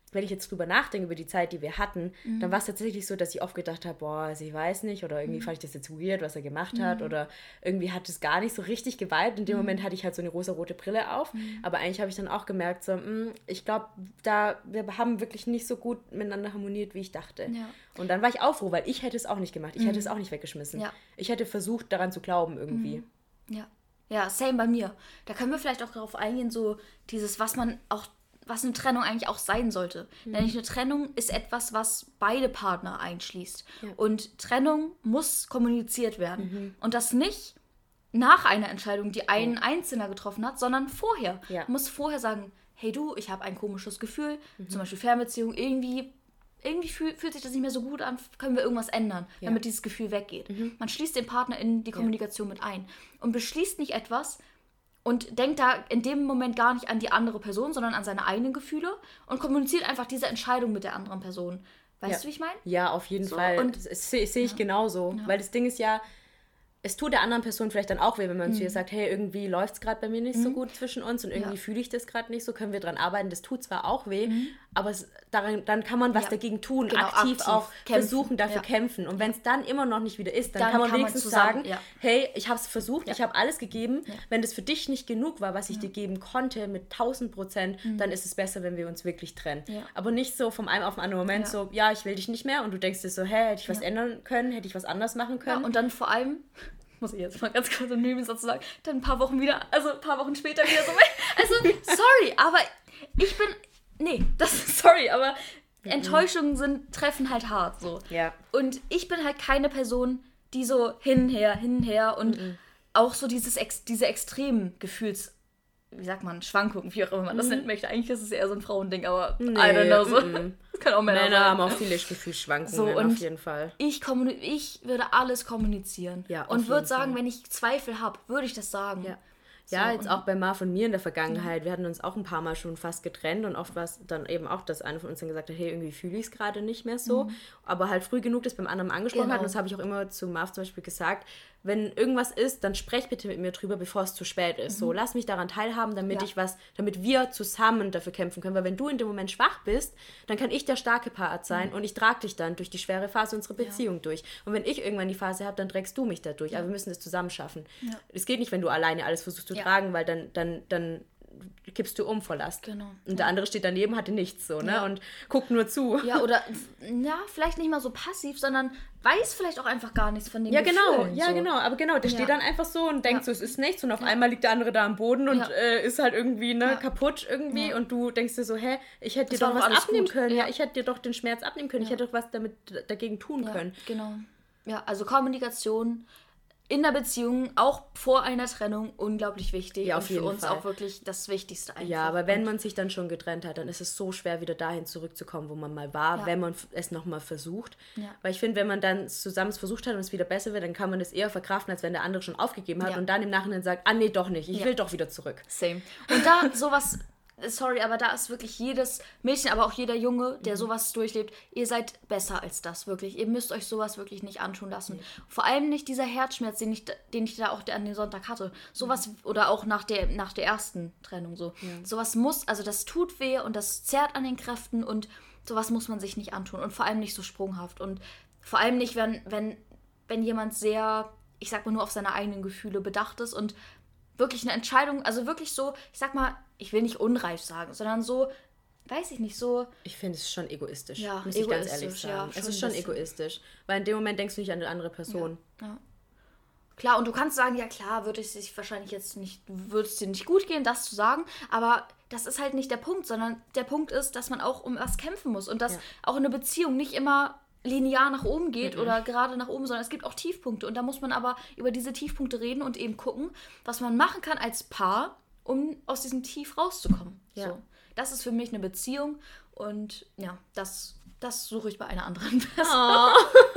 wenn ich jetzt drüber nachdenke, über die Zeit, die wir hatten, mhm. dann war es tatsächlich so, dass ich oft gedacht habe, boah, sie weiß nicht, oder irgendwie mhm. fand ich das jetzt weird, was er gemacht mhm. hat, oder irgendwie hat es gar nicht so richtig geweibt. In dem mhm. Moment hatte ich halt so eine rosa-rote Brille auf, mhm. aber eigentlich habe ich dann auch gemerkt, so, mh, ich glaube, da wir haben wirklich nicht so gut miteinander harmoniert, wie ich dachte. Ja. Und dann war ich auch froh, weil ich hätte es auch nicht gemacht. Ich mhm. hätte es auch nicht weggeschmissen. Ja. Ich hätte versucht, daran zu glauben irgendwie. Mhm. Ja. Ja, same bei mir. Da können wir vielleicht auch darauf eingehen, so dieses, was man auch was eine Trennung eigentlich auch sein sollte. Mhm. Nämlich eine Trennung ist etwas, was beide Partner einschließt. Ja. Und Trennung muss kommuniziert werden. Mhm. Und das nicht nach einer Entscheidung, die ein ja. Einzelner getroffen hat, sondern vorher. Ja. Man muss vorher sagen, hey du, ich habe ein komisches Gefühl, mhm. zum Beispiel Fernbeziehung, irgendwie, irgendwie fühl, fühlt sich das nicht mehr so gut an, können wir irgendwas ändern, ja. damit dieses Gefühl weggeht. Mhm. Man schließt den Partner in die Kommunikation ja. mit ein und beschließt nicht etwas, und denkt da in dem Moment gar nicht an die andere Person, sondern an seine eigenen Gefühle und kommuniziert einfach diese Entscheidung mit der anderen Person. Weißt ja. du, wie ich meine? Ja, auf jeden so, Fall. Und das sehe seh ich ja. genauso. Ja. Weil das Ding ist ja, es tut der anderen Person vielleicht dann auch weh, wenn man mhm. zu ihr sagt, hey, irgendwie läuft es gerade bei mir nicht mhm. so gut zwischen uns und irgendwie ja. fühle ich das gerade nicht so, können wir dran arbeiten. Das tut zwar auch weh, mhm. aber es, daran, dann kann man was ja. dagegen tun, genau, aktiv, aktiv auch kämpfen. versuchen, dafür ja. kämpfen. Und wenn es dann immer noch nicht wieder ist, dann, dann kann man kann wenigstens man zusammen, sagen, ja. hey, ich habe es versucht, ja. ich habe alles gegeben. Ja. Wenn das für dich nicht genug war, was ich ja. dir geben konnte mit tausend Prozent, mhm. dann ist es besser, wenn wir uns wirklich trennen. Ja. Aber nicht so vom einen auf den anderen Moment ja. so, ja, ich will dich nicht mehr und du denkst dir so, hey, hätte ich was ja. ändern können, hätte ich was anders machen können. Ja, und dann vor allem... muss ich jetzt mal ganz kurz im Nebensatz sagen, dann ein paar Wochen wieder, also ein paar Wochen später wieder so, also, sorry, aber ich bin, nee, das ist sorry, aber mhm. Enttäuschungen sind, treffen halt hart, so. Ja. Und ich bin halt keine Person, die so hinher, hinher und mhm. auch so dieses, diese extremen Gefühls, wie sagt man, Schwankungen, wie auch immer man das mhm. nennt möchte. Eigentlich ist es eher so ein Frauending, aber nee, I don't know, so. Mhm. Das kann auch Männer Männer sein. haben auch viele Gefühlsschwankungen, so, auf jeden Fall. Ich, kommuni- ich würde alles kommunizieren. Ja, und würde sagen, Fall. wenn ich Zweifel habe, würde ich das sagen. Ja. So, ja, jetzt auch bei Marv und mir in der Vergangenheit. Ja. Wir hatten uns auch ein paar Mal schon fast getrennt und oft war es dann eben auch, dass einer von uns dann gesagt hat, hey, irgendwie fühle ich es gerade nicht mehr so. Mhm. Aber halt früh genug das beim anderen angesprochen genau. hat. Und das habe ich auch immer zu Marv zum Beispiel gesagt, wenn irgendwas ist, dann sprech bitte mit mir drüber, bevor es zu spät ist. Mhm. So, lass mich daran teilhaben, damit ja. ich was, damit wir zusammen dafür kämpfen können. Weil wenn du in dem Moment schwach bist, dann kann ich der starke Part sein mhm. und ich trage dich dann durch die schwere Phase unserer Beziehung ja. durch. Und wenn ich irgendwann die Phase habe, dann trägst du mich da durch. Ja. Aber wir müssen das zusammen schaffen. Es ja. geht nicht, wenn du alleine alles versuchst zu ja. tragen, weil dann, dann, dann kippst du um vor Last. Genau. Und der andere steht daneben, hatte nichts so, ne? Ja. Und guckt nur zu. Ja, oder, ja, vielleicht nicht mal so passiv, sondern weiß vielleicht auch einfach gar nichts von dem Ja, genau, Gefühlen, ja, so. genau. Aber genau, der ja. steht dann einfach so und denkt ja. so, es ist nichts und auf ja. einmal liegt der andere da am Boden und ja. äh, ist halt irgendwie, ne, ja. kaputt irgendwie ja. und du denkst dir so, hä, ich hätte dir doch was abnehmen gut. können. Ja. ja, ich hätte dir doch den Schmerz abnehmen können. Ja. Ich hätte doch was damit dagegen tun ja, können. Genau. Ja, also Kommunikation in der Beziehung, auch vor einer Trennung, unglaublich wichtig. Ja, auf und jeden für uns Fall. auch wirklich das Wichtigste einfach. Ja, aber wenn man sich dann schon getrennt hat, dann ist es so schwer, wieder dahin zurückzukommen, wo man mal war, ja. wenn man es nochmal versucht. Ja. Weil ich finde, wenn man dann zusammen es versucht hat und es wieder besser wird, dann kann man es eher verkraften, als wenn der andere schon aufgegeben hat ja. und dann im Nachhinein sagt, ah nee, doch nicht, ich ja. will doch wieder zurück. Same. Und da sowas... Sorry, aber da ist wirklich jedes Mädchen, aber auch jeder Junge, der mhm. sowas durchlebt, ihr seid besser als das, wirklich. Ihr müsst euch sowas wirklich nicht antun lassen. Mhm. Vor allem nicht dieser Herzschmerz, den ich, den ich da auch an den Sonntag hatte. Sowas, mhm. oder auch nach der, nach der ersten Trennung so. Ja. Sowas muss, also das tut weh und das zerrt an den Kräften und sowas muss man sich nicht antun. Und vor allem nicht so sprunghaft. Und vor allem nicht, wenn, wenn, wenn jemand sehr, ich sag mal, nur auf seine eigenen Gefühle bedacht ist und wirklich eine Entscheidung, also wirklich so, ich sag mal, ich will nicht unreif sagen, sondern so, weiß ich nicht, so... Ich finde es schon egoistisch, ja, muss ich ganz ehrlich sagen. Ja, es ist schon egoistisch, weil in dem Moment denkst du nicht an eine andere Person. Ja, ja. Klar, und du kannst sagen, ja klar, würde es sich wahrscheinlich jetzt nicht, würde es dir nicht gut gehen, das zu sagen, aber das ist halt nicht der Punkt, sondern der Punkt ist, dass man auch um was kämpfen muss und dass ja. auch eine Beziehung nicht immer linear nach oben geht mhm. oder gerade nach oben, sondern es gibt auch Tiefpunkte und da muss man aber über diese Tiefpunkte reden und eben gucken, was man machen kann als Paar, um aus diesem Tief rauszukommen. Ja. So. Das ist für mich eine Beziehung und ja, das, das suche ich bei einer anderen Person. Oh.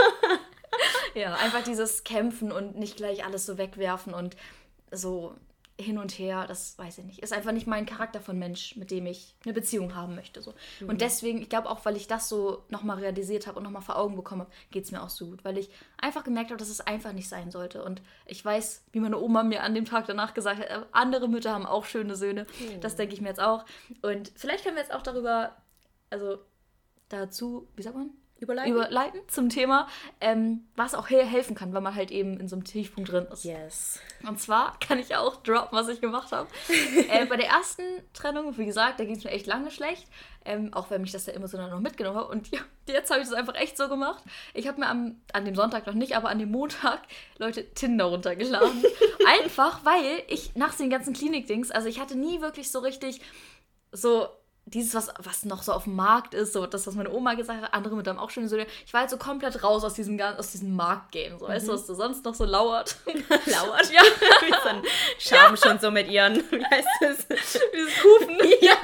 Ja, einfach dieses Kämpfen und nicht gleich alles so wegwerfen und so hin und her, das weiß ich nicht. Ist einfach nicht mein Charakter von Mensch, mit dem ich eine Beziehung haben möchte. So. Mhm. Und deswegen, ich glaube auch, weil ich das so nochmal realisiert habe und nochmal vor Augen bekommen habe, geht es mir auch so gut. Weil ich einfach gemerkt habe, dass es einfach nicht sein sollte. Und ich weiß, wie meine Oma mir an dem Tag danach gesagt hat, andere Mütter haben auch schöne Söhne. Mhm. Das denke ich mir jetzt auch. Und vielleicht können wir jetzt auch darüber also dazu, wie sagt man? Überleiten? Überleiten zum Thema, ähm, was auch he- helfen kann, wenn man halt eben in so einem Tiefpunkt drin ist. Yes. Und zwar kann ich auch droppen, was ich gemacht habe. äh, bei der ersten Trennung, wie gesagt, da ging es mir echt lange schlecht, ähm, auch wenn mich das ja emotional noch mitgenommen hat. Und ja, jetzt habe ich das einfach echt so gemacht. Ich habe mir am, an dem Sonntag noch nicht, aber an dem Montag, Leute, Tinder runtergeladen. Einfach, weil ich nach den ganzen Klinik-Dings, also ich hatte nie wirklich so richtig so dieses, was, was noch so auf dem Markt ist, so das, was meine Oma gesagt hat, andere mit haben auch schon so, ich war halt so komplett raus aus diesem, aus diesem Marktgame, so, mhm. Weißt du, was da sonst noch so lauert? Lauert? Ja. Dann schaben ja. schon so mit ihren, wie heißt das? Dieses Kufen. Ja.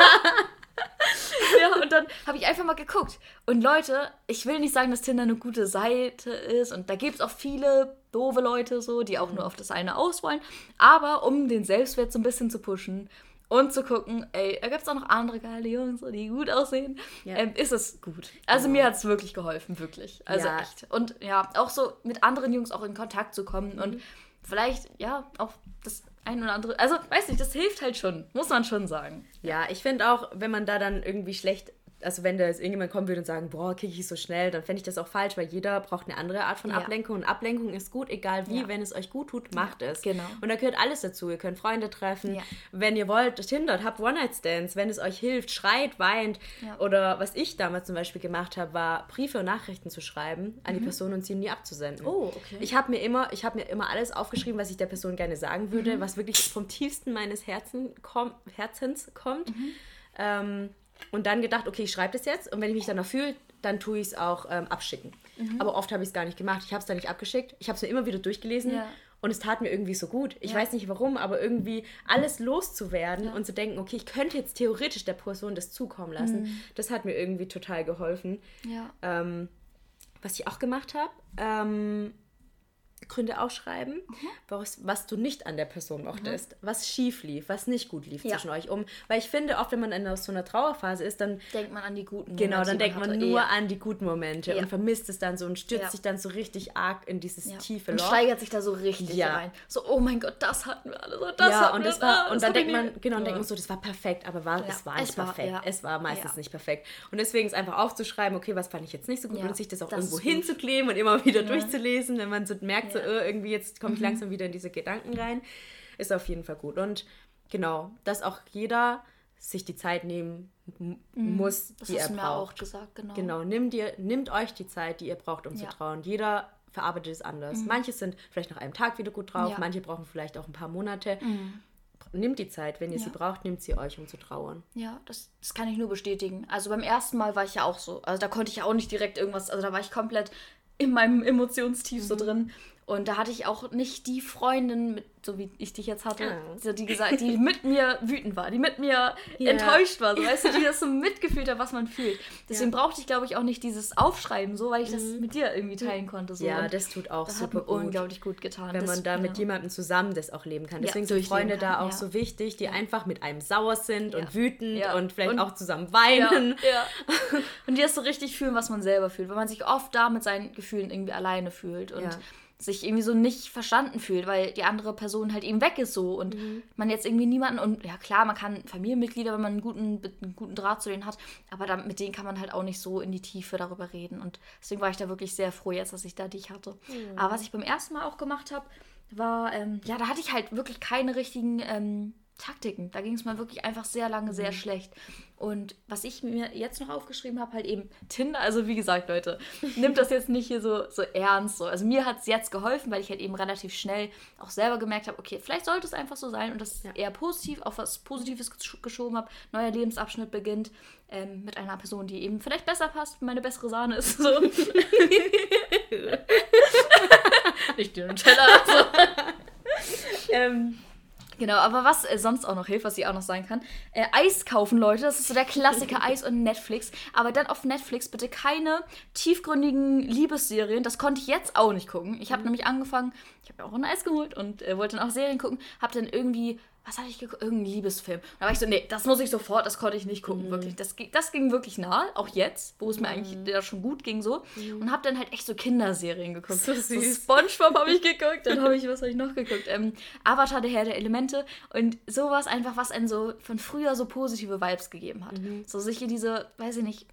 Ja, und dann habe ich einfach mal geguckt. Und Leute, ich will nicht sagen, dass Tinder eine gute Seite ist und da gibt es auch viele doofe Leute so, die auch mhm. nur auf das eine auswollen, aber um den Selbstwert so ein bisschen zu pushen, und zu gucken, ey, da gibt es auch noch andere geile Jungs, die gut aussehen, ja. ähm, ist es gut. Also ja. mir hat es wirklich geholfen, wirklich. Also ja. echt. Und ja, auch so mit anderen Jungs auch in Kontakt zu kommen mhm. und vielleicht, ja, auch das ein oder andere, also weiß nicht, das hilft halt schon, muss man schon sagen. Ja, ich finde auch, wenn man da dann irgendwie schlecht, also wenn da jetzt irgendjemand kommen würde und sagen, boah, kriege ich so schnell, dann fände ich das auch falsch, weil jeder braucht eine andere Art von ja. Ablenkung und Ablenkung ist gut, egal wie, ja. wenn es euch gut tut, macht ja, es. Genau. Und da gehört alles dazu, ihr könnt Freunde treffen, ja. wenn ihr wollt, tindert, habt One-Night-Stands, wenn es euch hilft, schreit, weint ja. oder was ich damals zum Beispiel gemacht habe, war Briefe und Nachrichten zu schreiben an mhm. die Person und sie nie abzusenden. Oh, okay. Ich habe mir immer, ich habe mir immer alles aufgeschrieben, was ich der Person gerne sagen würde, mhm. was wirklich vom tiefsten meines Herzen komm, Herzens kommt. Mhm. Ähm, Und dann gedacht, okay, ich schreibe das jetzt und wenn ich mich danach fühle, dann tue ich es auch ähm, abschicken. Mhm. Aber oft habe ich es gar nicht gemacht. Ich habe es dann nicht abgeschickt. Ich habe es mir immer wieder durchgelesen ja. und es tat mir irgendwie so gut. Ich ja. weiß nicht warum, aber irgendwie alles loszuwerden ja. und zu denken, okay, ich könnte jetzt theoretisch der Person das zukommen lassen, mhm. das hat mir irgendwie total geholfen. Ja. Ähm, was ich auch gemacht habe, ähm, Gründe aufschreiben, mhm. was, was du nicht an der Person mochtest, mhm. was schief lief, was nicht gut lief ja. zwischen euch um. Weil ich finde, oft, wenn man in so einer Trauerphase ist, dann denkt man an die guten Momente. Genau, dann denkt man, man nur eher. an die guten Momente ja. und vermisst es dann so und stürzt ja. sich dann so richtig arg in dieses ja. tiefe Loch. Und steigert sich da so richtig ja. rein. So, oh mein Gott, das hatten wir alle so, das ja, hatten und wir das war, da, und dann denkt man, genau, ja. und denkt man so, das war perfekt, aber war, ja. es war nicht es war, perfekt. Ja. Es war meistens ja. nicht perfekt. Und deswegen ist einfach aufzuschreiben, okay, was fand ich jetzt nicht so gut ja. und sich das auch das irgendwo hinzukleben und immer wieder ja. durchzulesen, wenn man so merkt, ja. so, oh, irgendwie jetzt komme ich langsam wieder in diese Gedanken rein, ist auf jeden Fall gut. Und genau, dass auch jeder sich die Zeit nehmen m- mhm. muss, das die er braucht. Das hast du mir auch gesagt, genau. Genau, nimm dir, nimmt euch die Zeit, die ihr braucht, um ja. zu trauen. Jeder verarbeitet es anders. Mhm. Manche sind vielleicht nach einem Tag wieder gut drauf, ja. manche brauchen vielleicht auch ein paar Monate. Mhm. Nimmt die Zeit, wenn ihr ja. sie braucht, nehmt sie euch, um zu trauern. Ja, das, das kann ich nur bestätigen. Also beim ersten Mal war ich ja auch so. Also da konnte ich ja auch nicht direkt irgendwas, also da war ich komplett in meinem Emotionstief mhm. so drin. Und da hatte ich auch nicht die Freundin, mit, so wie ich dich jetzt hatte, ja. die, gesagt, die mit mir wütend war, die mit mir ja. enttäuscht war, so, weißt du, die das so mitgefühlt hat, was man fühlt. Deswegen ja. brauchte ich, glaube ich, auch nicht dieses Aufschreiben, so, weil ich das mhm. mit dir irgendwie teilen konnte. So. Ja, und das tut auch das super hat gut. unglaublich gut getan. Wenn das, man da ja. mit jemandem zusammen das auch leben kann. Deswegen ja, sind Freunde kann, da auch ja. so wichtig, die ja. einfach mit einem sauer sind ja. und wütend ja. und vielleicht und, auch zusammen weinen. Ja. Ja. Und die das so richtig fühlen, was man selber fühlt, weil man sich oft da mit seinen Gefühlen irgendwie alleine fühlt und ja. sich irgendwie so nicht verstanden fühlt, weil die andere Person halt eben weg ist so und mhm. man jetzt irgendwie niemanden, und ja klar, man kann Familienmitglieder, wenn man einen guten, einen guten Draht zu denen hat, aber dann, mit denen kann man halt auch nicht so in die Tiefe darüber reden und deswegen war ich da wirklich sehr froh jetzt, dass ich da dich hatte. Mhm. Aber was ich beim ersten Mal auch gemacht habe, war, ähm, ja, da hatte ich halt wirklich keine richtigen ähm, Taktiken. Da ging es mal wirklich einfach sehr lange, sehr mhm. schlecht. Und was ich mir jetzt noch aufgeschrieben habe, halt eben Tinder. Also wie gesagt, Leute, nimmt das jetzt nicht hier so, so ernst. So. Also mir hat es jetzt geholfen, weil ich halt eben relativ schnell auch selber gemerkt habe, okay, vielleicht sollte es einfach so sein und das ja. eher positiv, auf was Positives gesch- geschoben habe. Neuer Lebensabschnitt beginnt ähm, mit einer Person, die eben vielleicht besser passt, meine bessere Sahne ist. So. Nicht den Nutella. So. ähm, Genau, aber was äh, sonst auch noch hilft, was ich auch noch sagen kann, äh, Eis kaufen, Leute, das ist so der Klassiker, Eis und Netflix, aber dann auf Netflix bitte keine tiefgründigen Liebesserien, das konnte ich jetzt auch nicht gucken. Ich habe mhm. nämlich angefangen, ich habe mir auch ein Eis geholt und äh, wollte dann auch Serien gucken, habe dann irgendwie, was hatte ich geguckt, irgendeinen Liebesfilm. Da war ich so, nee, das muss ich sofort, das konnte ich nicht gucken, mhm. wirklich. Das, das ging wirklich nahe, auch jetzt, wo es mhm. mir eigentlich ja schon gut ging so. Mhm. Und habe dann halt echt so Kinderserien geguckt. So, so SpongeBob habe ich geguckt, dann habe ich, was habe ich noch geguckt? Ähm, Avatar, der Herr der Elemente und sowas einfach, was einen so von früher so positive Vibes gegeben hat. Mhm. So sich in diese, weiß ich nicht,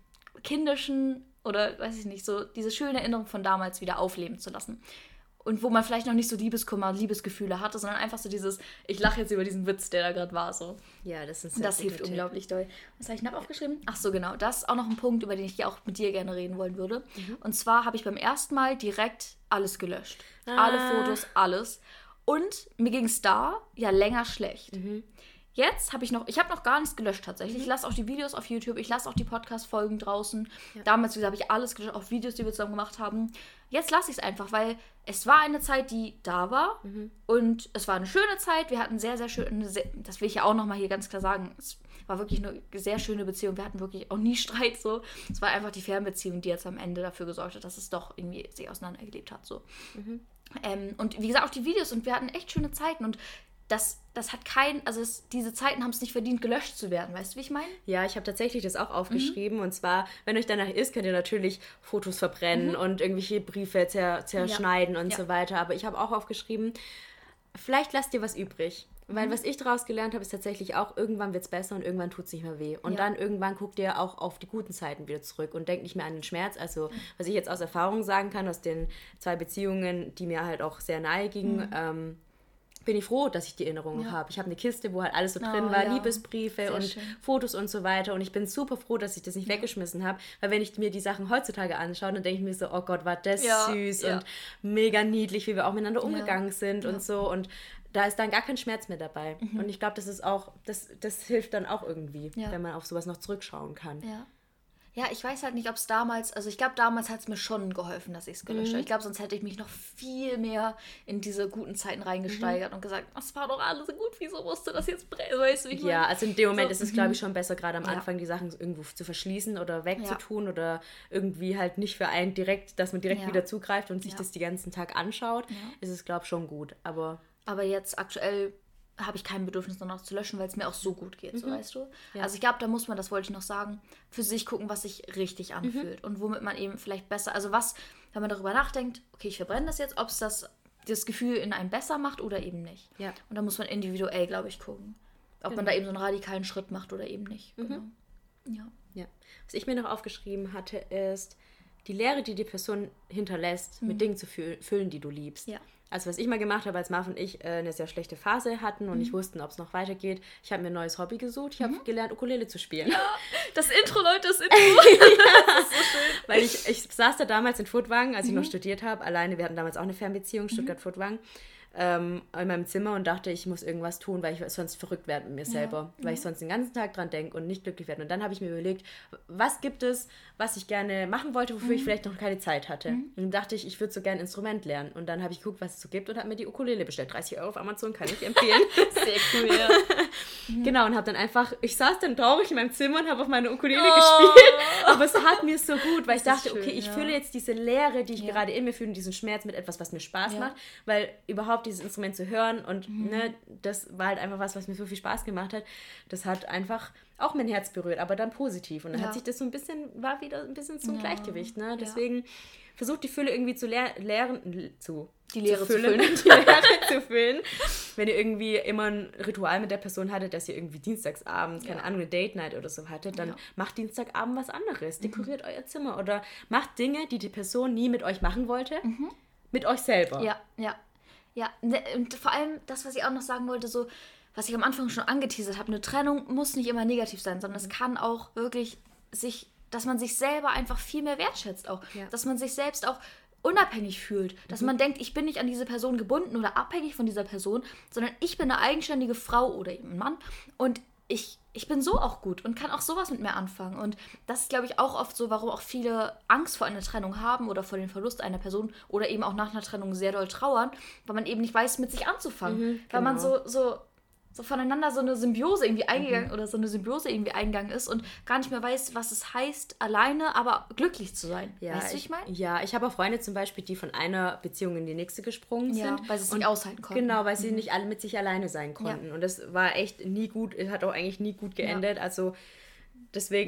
kindischen oder, weiß ich nicht, so diese schöne Erinnerung von damals wieder aufleben zu lassen. Und wo man vielleicht noch nicht so Liebeskummer, Liebesgefühle hatte, sondern einfach so dieses, ich lache jetzt über diesen Witz, der da gerade war. So. Ja, das ist Das hilft Tipp. unglaublich doll. Was habe ich noch aufgeschrieben? Ach so, genau. Das ist auch noch ein Punkt, über den ich auch mit dir gerne reden wollen würde. Mhm. Und zwar habe ich beim ersten Mal direkt alles gelöscht. Ah. Alle Fotos, alles. Und mir ging es da ja länger schlecht. Mhm. Jetzt habe ich noch, ich habe noch gar nichts gelöscht tatsächlich. Mhm. Ich lasse auch die Videos auf YouTube, ich lasse auch die Podcast-Folgen draußen. Ja. Damals, wie gesagt, habe ich alles gelöscht, auch Videos, die wir zusammen gemacht haben. Jetzt lasse ich es einfach, weil es war eine Zeit, die da war. Mhm. Und es war eine schöne Zeit. Wir hatten sehr, sehr schöne, sehr, das will ich ja auch nochmal hier ganz klar sagen, es war wirklich eine sehr schöne Beziehung. Wir hatten wirklich auch nie Streit so. Es war einfach die Fernbeziehung, die jetzt am Ende dafür gesorgt hat, dass es doch irgendwie sich auseinandergelebt hat. So. Mhm. Ähm, und wie gesagt, auch die Videos. Und wir hatten echt schöne Zeiten. Und Das, das hat kein, also es, diese Zeiten haben es nicht verdient, gelöscht zu werden. Weißt du, wie ich meine? Ja, ich habe tatsächlich das auch aufgeschrieben. Mhm. Und zwar, wenn euch danach ist, könnt ihr natürlich Fotos verbrennen mhm. und irgendwelche Briefe zer, zerschneiden ja. und ja. so weiter. Aber ich habe auch aufgeschrieben, vielleicht lasst ihr was übrig. Weil mhm. was ich daraus gelernt habe, ist tatsächlich auch, irgendwann wird es besser und irgendwann tut es nicht mehr weh. Und ja. dann irgendwann guckt ihr auch auf die guten Zeiten wieder zurück und denkt nicht mehr an den Schmerz. Also, mhm. was ich jetzt aus Erfahrung sagen kann, aus den zwei Beziehungen, die mir halt auch sehr nahe gingen, mhm. ähm, bin ich froh, dass ich die Erinnerungen ja. habe. Ich habe eine Kiste, wo halt alles so drin oh, war, ja. Liebesbriefe Sehr und schön. Fotos und so weiter. Und ich bin super froh, dass ich das nicht ja. weggeschmissen habe. Weil wenn ich mir die Sachen heutzutage anschaue, dann denke ich mir so, oh Gott, war das ja. süß ja. und mega niedlich, wie wir auch miteinander umgegangen ja. sind ja. und so. Und da ist dann gar kein Schmerz mehr dabei. Mhm. Und ich glaube, das ist auch, das, das hilft dann auch irgendwie, ja. wenn man auf sowas noch zurückschauen kann. Ja. Ja, ich weiß halt nicht, ob es damals, also ich glaube, damals hat es mir schon geholfen, dass ich es gelöscht habe. Mhm. Ich glaube, sonst hätte ich mich noch viel mehr in diese guten Zeiten reingesteigert mhm. und gesagt, das war doch alles so gut, wieso musste das jetzt brechen, weißt du, wie ich Ja, meine? Also in dem Moment so, ist es, glaube ich, schon besser, gerade am ja. Anfang die Sachen irgendwo zu verschließen oder wegzutun ja. oder irgendwie halt nicht für einen direkt, dass man direkt ja. wieder zugreift und sich ja. das den ganzen Tag anschaut, ja. ist es, glaube ich, schon gut, aber... Aber jetzt aktuell habe ich kein Bedürfnis danach zu löschen, weil es mir auch so gut geht, mhm. so weißt du. Ja. Also ich glaube, da muss man, das wollte ich noch sagen, für sich gucken, was sich richtig anfühlt mhm. und womit man eben vielleicht besser, also was, wenn man darüber nachdenkt, okay, ich verbrenne das jetzt, ob es das, das Gefühl in einem besser macht oder eben nicht. Ja. Und da muss man individuell, glaube ich, gucken, ob genau. man da eben so einen radikalen Schritt macht oder eben nicht. Mhm. Genau. Ja. ja. Was ich mir noch aufgeschrieben hatte, ist, die Lehre, die die Person hinterlässt, mhm. mit Dingen zu fü- füllen, die du liebst. Ja. Also was ich mal gemacht habe, als Marv und ich äh, eine sehr schlechte Phase hatten und mhm. nicht wussten, ob es noch weitergeht, ich habe mir ein neues Hobby gesucht. Ich mhm. habe gelernt, Ukulele zu spielen. Ja, das Intro, Leute, das Intro. ja, das ist so schön. Weil ich, ich saß da damals in Furtwangen, als mhm. ich noch studiert habe, alleine. Wir hatten damals auch eine Fernbeziehung, Stuttgart-Furtwangen, ähm, in meinem Zimmer und dachte, ich muss irgendwas tun, weil ich sonst verrückt werde mit mir selber. Ja. Weil ich sonst den ganzen Tag dran denke und nicht glücklich werde. Und dann habe ich mir überlegt, was gibt es, was ich gerne machen wollte, wofür mhm. ich vielleicht noch keine Zeit hatte. Mhm. Und dann dachte ich, ich würde so gerne ein Instrument lernen. Und dann habe ich geguckt, was es so gibt und habe mir die Ukulele bestellt. dreißig Euro auf Amazon, kann ich empfehlen. Sehr cool, ja. mhm. Genau, und habe dann einfach, ich saß dann traurig in meinem Zimmer und habe auf meine Ukulele oh. gespielt. Aber es hat mir so gut, weil das ich dachte, schön, okay, ich ja. fülle jetzt diese Leere, die ich ja. gerade in mir fühle, diesen Schmerz mit etwas, was mir Spaß ja. macht. Weil überhaupt dieses Instrument zu hören und mhm. ne, das war halt einfach was, was mir so viel Spaß gemacht hat. Das hat einfach auch mein Herz berührt, aber dann positiv. Und dann ja. hat sich das so ein bisschen, war wieder ein bisschen zum ja. Gleichgewicht. Ne? Deswegen ja. versucht die Fülle irgendwie zu leer, leeren, zu, die Leere zu füllen. Zu füllen. Die Leere zu füllen. Wenn ihr irgendwie immer ein Ritual mit der Person hattet, dass ihr irgendwie dienstagsabends, ja. keine Ahnung, eine Date-Night oder so hattet, dann ja. macht Dienstagabend was anderes. Dekoriert mhm. euer Zimmer oder macht Dinge, die die Person nie mit euch machen wollte, mhm. mit euch selber. Ja, ja. Ja, und vor allem das, was ich auch noch sagen wollte, so, was ich am Anfang schon angeteasert habe, eine Trennung muss nicht immer negativ sein, sondern es kann auch wirklich sich, dass man sich selber einfach viel mehr wertschätzt auch. Ja. Dass man sich selbst auch unabhängig fühlt. Dass mhm. man denkt, ich bin nicht an diese Person gebunden oder abhängig von dieser Person, sondern ich bin eine eigenständige Frau oder eben ein Mann und ich, ich bin so auch gut und kann auch sowas mit mir anfangen. Und das ist, glaube ich, auch oft so, warum auch viele Angst vor einer Trennung haben oder vor dem Verlust einer Person oder eben auch nach einer Trennung sehr doll trauern, weil man eben nicht weiß, mit sich anzufangen. Mhm, weil genau. man so, so, so voneinander so eine Symbiose irgendwie eingegangen mhm. oder so eine Symbiose irgendwie eingegangen ist und gar nicht mehr weiß, was es heißt, alleine, aber glücklich zu sein. Ja, weißt du, ich, ich meine? Ja, ich habe auch Freunde zum Beispiel, die von einer Beziehung in die nächste gesprungen sind. Ja, weil sie es nicht aushalten konnten. Genau, weil sie mhm. nicht alle mit sich alleine sein konnten. Ja. Und das war echt nie gut, hat auch eigentlich nie gut geendet. Ja. Also deswegen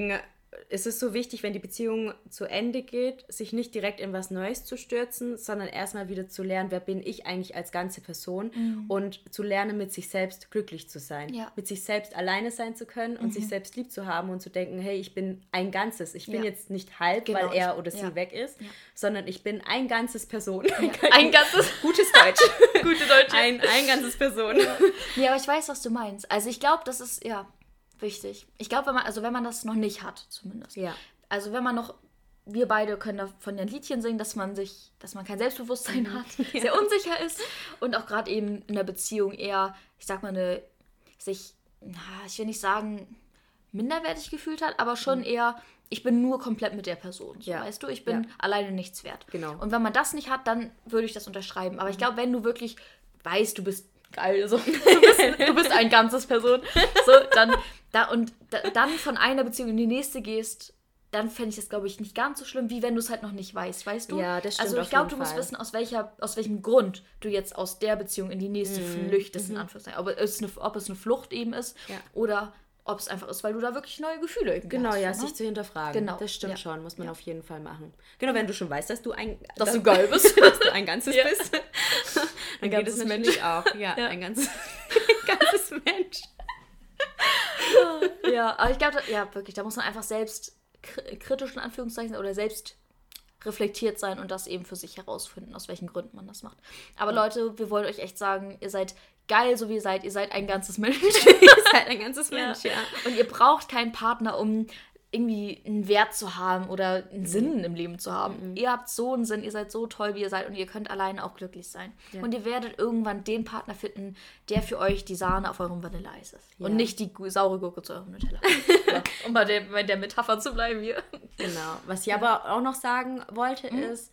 es ist so wichtig, wenn die Beziehung zu Ende geht, sich nicht direkt in was Neues zu stürzen, sondern erstmal wieder zu lernen, wer bin ich eigentlich als ganze Person mhm. und zu lernen, mit sich selbst glücklich zu sein. Ja. Mit sich selbst alleine sein zu können und mhm. sich selbst lieb zu haben und zu denken, hey, ich bin ein Ganzes. Ich bin ja. jetzt nicht halb, genau, weil er oder sie ja. weg ist, ja. sondern ich bin ein ganzes Person. Ja. Ein ganzes... Gutes Deutsch. Gute Deutsch. Ein, ein ganzes Person. Ja. ja, aber ich weiß, was du meinst. Also ich glaube, das ist, ja... wichtig. Ich glaube, wenn man, also wenn man das noch nicht hat, zumindest. Ja. Also wenn man noch, wir beide können davon ein Liedchen singen, dass man sich, dass man kein Selbstbewusstsein mhm. hat, ja. sehr unsicher ist und auch gerade eben in der Beziehung eher, ich sag mal, eine, sich, na, ich will nicht sagen, minderwertig gefühlt hat, aber schon mhm. eher, ich bin nur komplett mit der Person. So, ja. Weißt du, ich bin ja. alleine nichts wert. Genau. Und wenn man das nicht hat, dann würde ich das unterschreiben. Aber ich glaube, wenn du wirklich weißt, du bist geil, so, du, bist, du bist ein ganzes Person, so, dann, da, und da, dann von einer Beziehung in die nächste gehst, dann fände ich das, glaube ich, nicht ganz so schlimm, wie wenn du es halt noch nicht weißt, weißt du? Ja, das stimmt. Also ich glaube, du musst Fall. wissen, aus welcher, aus welchem Grund du jetzt aus der Beziehung in die nächste mm. flüchtest, mm-hmm. in Anführungszeichen. Ob es, eine, ob es eine Flucht eben ist ja. oder ob es einfach ist, weil du da wirklich neue Gefühle irgendwie genau, hast. Genau, ja, ne? sich zu hinterfragen. Genau. Das stimmt ja. schon, muss man ja. auf jeden Fall machen. Genau, wenn du schon weißt, dass du ein... Dass, dass du geil bist. Dass du ein Ganzes ja. bist. Dann ein geht es natürlich Mensch. auch. Ja, ja. ein ganzes, ein ganzes Mensch. Ja, aber ich glaube, ja, wirklich, da muss man einfach selbst kritisch in Anführungszeichen oder selbst reflektiert sein und das eben für sich herausfinden, aus welchen Gründen man das macht. Aber ja. Leute, wir wollen euch echt sagen, ihr seid geil, so wie ihr seid. Ihr seid ein ganzes Mensch. Ihr seid ein ganzes Mensch, ja. ja. Und ihr braucht keinen Partner, um irgendwie einen Wert zu haben oder einen Sinn im Leben zu haben. Mhm. Ihr habt so einen Sinn, ihr seid so toll, wie ihr seid und ihr könnt alleine auch glücklich sein. Ja. Und ihr werdet irgendwann den Partner finden, der für euch die Sahne auf eurem Vanilleeis ist. Ja. Und nicht die saure Gurke zu eurem Nutella. Ja. Um bei der, bei der Metapher zu bleiben hier. Genau. Was ich aber auch noch sagen wollte, mhm. ist,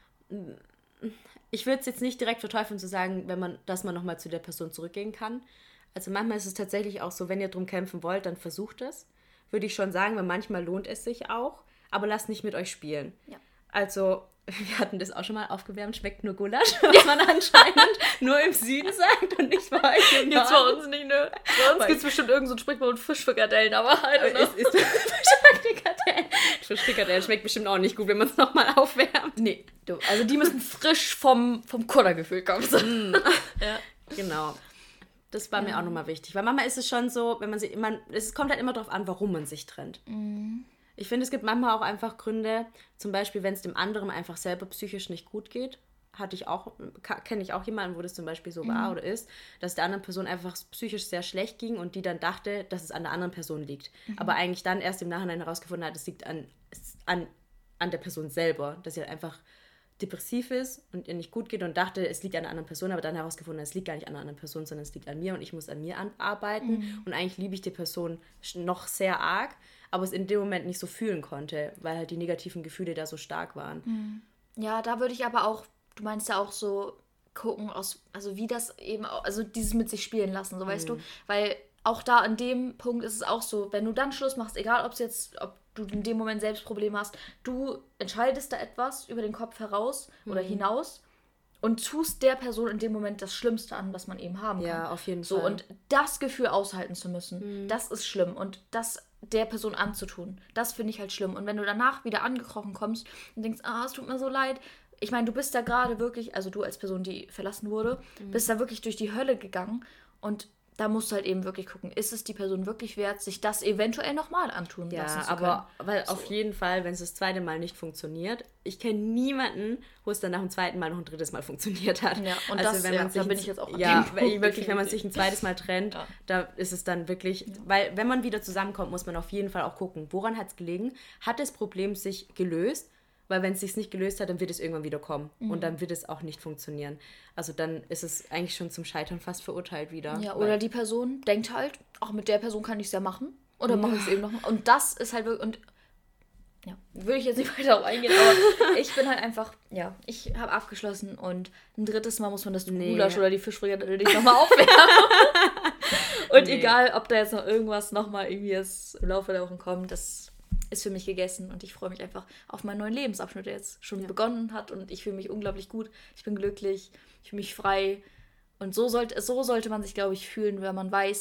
ich würde es jetzt nicht direkt verteufeln zu sagen, wenn man, dass man nochmal zu der Person zurückgehen kann. Also manchmal ist es tatsächlich auch so, wenn ihr drum kämpfen wollt, dann versucht es. Würde ich schon sagen, weil manchmal lohnt es sich auch, aber lasst nicht mit euch spielen. Ja. Also, wir hatten das auch schon mal aufgewärmt, schmeckt nur Gulasch, was man anscheinend nur im Süden sagt und nicht bei euch im Norden. Jetzt bei uns nicht, ne? Bei uns gibt es bestimmt irgend so ein Sprichwort und Fischfrikadellen, aber halt. Es ist Fischfrikadellen. Fischfrikadellen schmeckt bestimmt auch nicht gut, wenn man es nochmal aufwärmt. Nee, du, also die müssen frisch vom, vom Kutter gefüllt kommen. Mm. Ja. Genau. Das war ja. mir auch nochmal wichtig. Weil manchmal ist es schon so, wenn man sich immer, es kommt halt immer darauf an, warum man sich trennt. Mhm. Ich finde, es gibt manchmal auch einfach Gründe, zum Beispiel, wenn es dem anderen einfach selber psychisch nicht gut geht, hatte ich auch, kenne ich auch jemanden, wo das zum Beispiel so mhm. war oder ist, dass der anderen Person einfach psychisch sehr schlecht ging und die dann dachte, dass es an der anderen Person liegt. Mhm. Aber eigentlich dann erst im Nachhinein herausgefunden hat, es liegt an, an, an der Person selber, dass sie halt einfach depressiv ist und ihr nicht gut geht und dachte, es liegt an einer anderen Person, aber dann herausgefunden, es liegt gar nicht an einer anderen Person, sondern es liegt an mir und ich muss an mir arbeiten. Mhm. Und eigentlich liebe ich die Person noch sehr arg, aber es in dem Moment nicht so fühlen konnte, weil halt die negativen Gefühle da so stark waren. Mhm. Ja, da würde ich aber auch, du meinst ja auch so gucken, aus, also wie das eben, auch, also dieses mit sich spielen lassen, so weißt mhm. du, weil auch da an dem Punkt ist es auch so, wenn du dann Schluss machst, egal ob es jetzt, ob du in dem Moment selbst Probleme hast, du entscheidest da etwas über den Kopf heraus mhm. oder hinaus und tust der Person in dem Moment das Schlimmste an, was man eben haben kann. Ja, auf jeden so, Fall. Und das Gefühl aushalten zu müssen, mhm. das ist schlimm und das der Person anzutun, das finde ich halt schlimm. Und wenn du danach wieder angekrochen kommst und denkst, ah, es tut mir so leid, ich meine, du bist da gerade wirklich, also du als Person, die verlassen wurde, mhm. bist da wirklich durch die Hölle gegangen und da musst du halt eben wirklich gucken, ist es die Person wirklich wert, sich das eventuell nochmal antun ja, lassen zu können. Ja, aber weil so. Auf jeden Fall, wenn es das zweite Mal nicht funktioniert, ich kenne niemanden, wo es dann nach dem zweiten Mal noch ein drittes Mal funktioniert hat. Ja, und also das, wenn ja, man sich da bin ich jetzt auch an Ja, dem Punkt, wirklich, wenn man sich ein zweites Mal trennt, ja. da ist es dann wirklich, ja. weil wenn man wieder zusammenkommt, muss man auf jeden Fall auch gucken, woran hat es gelegen? Hat das Problem sich gelöst? Weil wenn es sich nicht gelöst hat, dann wird es irgendwann wieder kommen. Mhm. Und dann wird es auch nicht funktionieren. Also dann ist es eigentlich schon zum Scheitern fast verurteilt wieder. Ja, oder die Person denkt halt, ach, mit der Person kann ich es ja machen. Oder mache ich es eben nochmal. Und das ist halt wirklich, und ja, würde ich jetzt nicht weiter darauf eingehen, aber ich bin halt einfach, ja, ich habe abgeschlossen und ein drittes Mal muss man das nee. Gulasch oder die Fischfrikadelle nicht nochmal aufwärmen. Und nee. egal, ob da jetzt noch irgendwas nochmal irgendwie jetzt im Laufe der Wochen kommt, das ist für mich gegessen und ich freue mich einfach auf meinen neuen Lebensabschnitt, der jetzt schon ja. begonnen hat und ich fühle mich unglaublich gut, ich bin glücklich, ich fühle mich frei und so sollte, so sollte man sich, glaube ich, fühlen, wenn man weiß,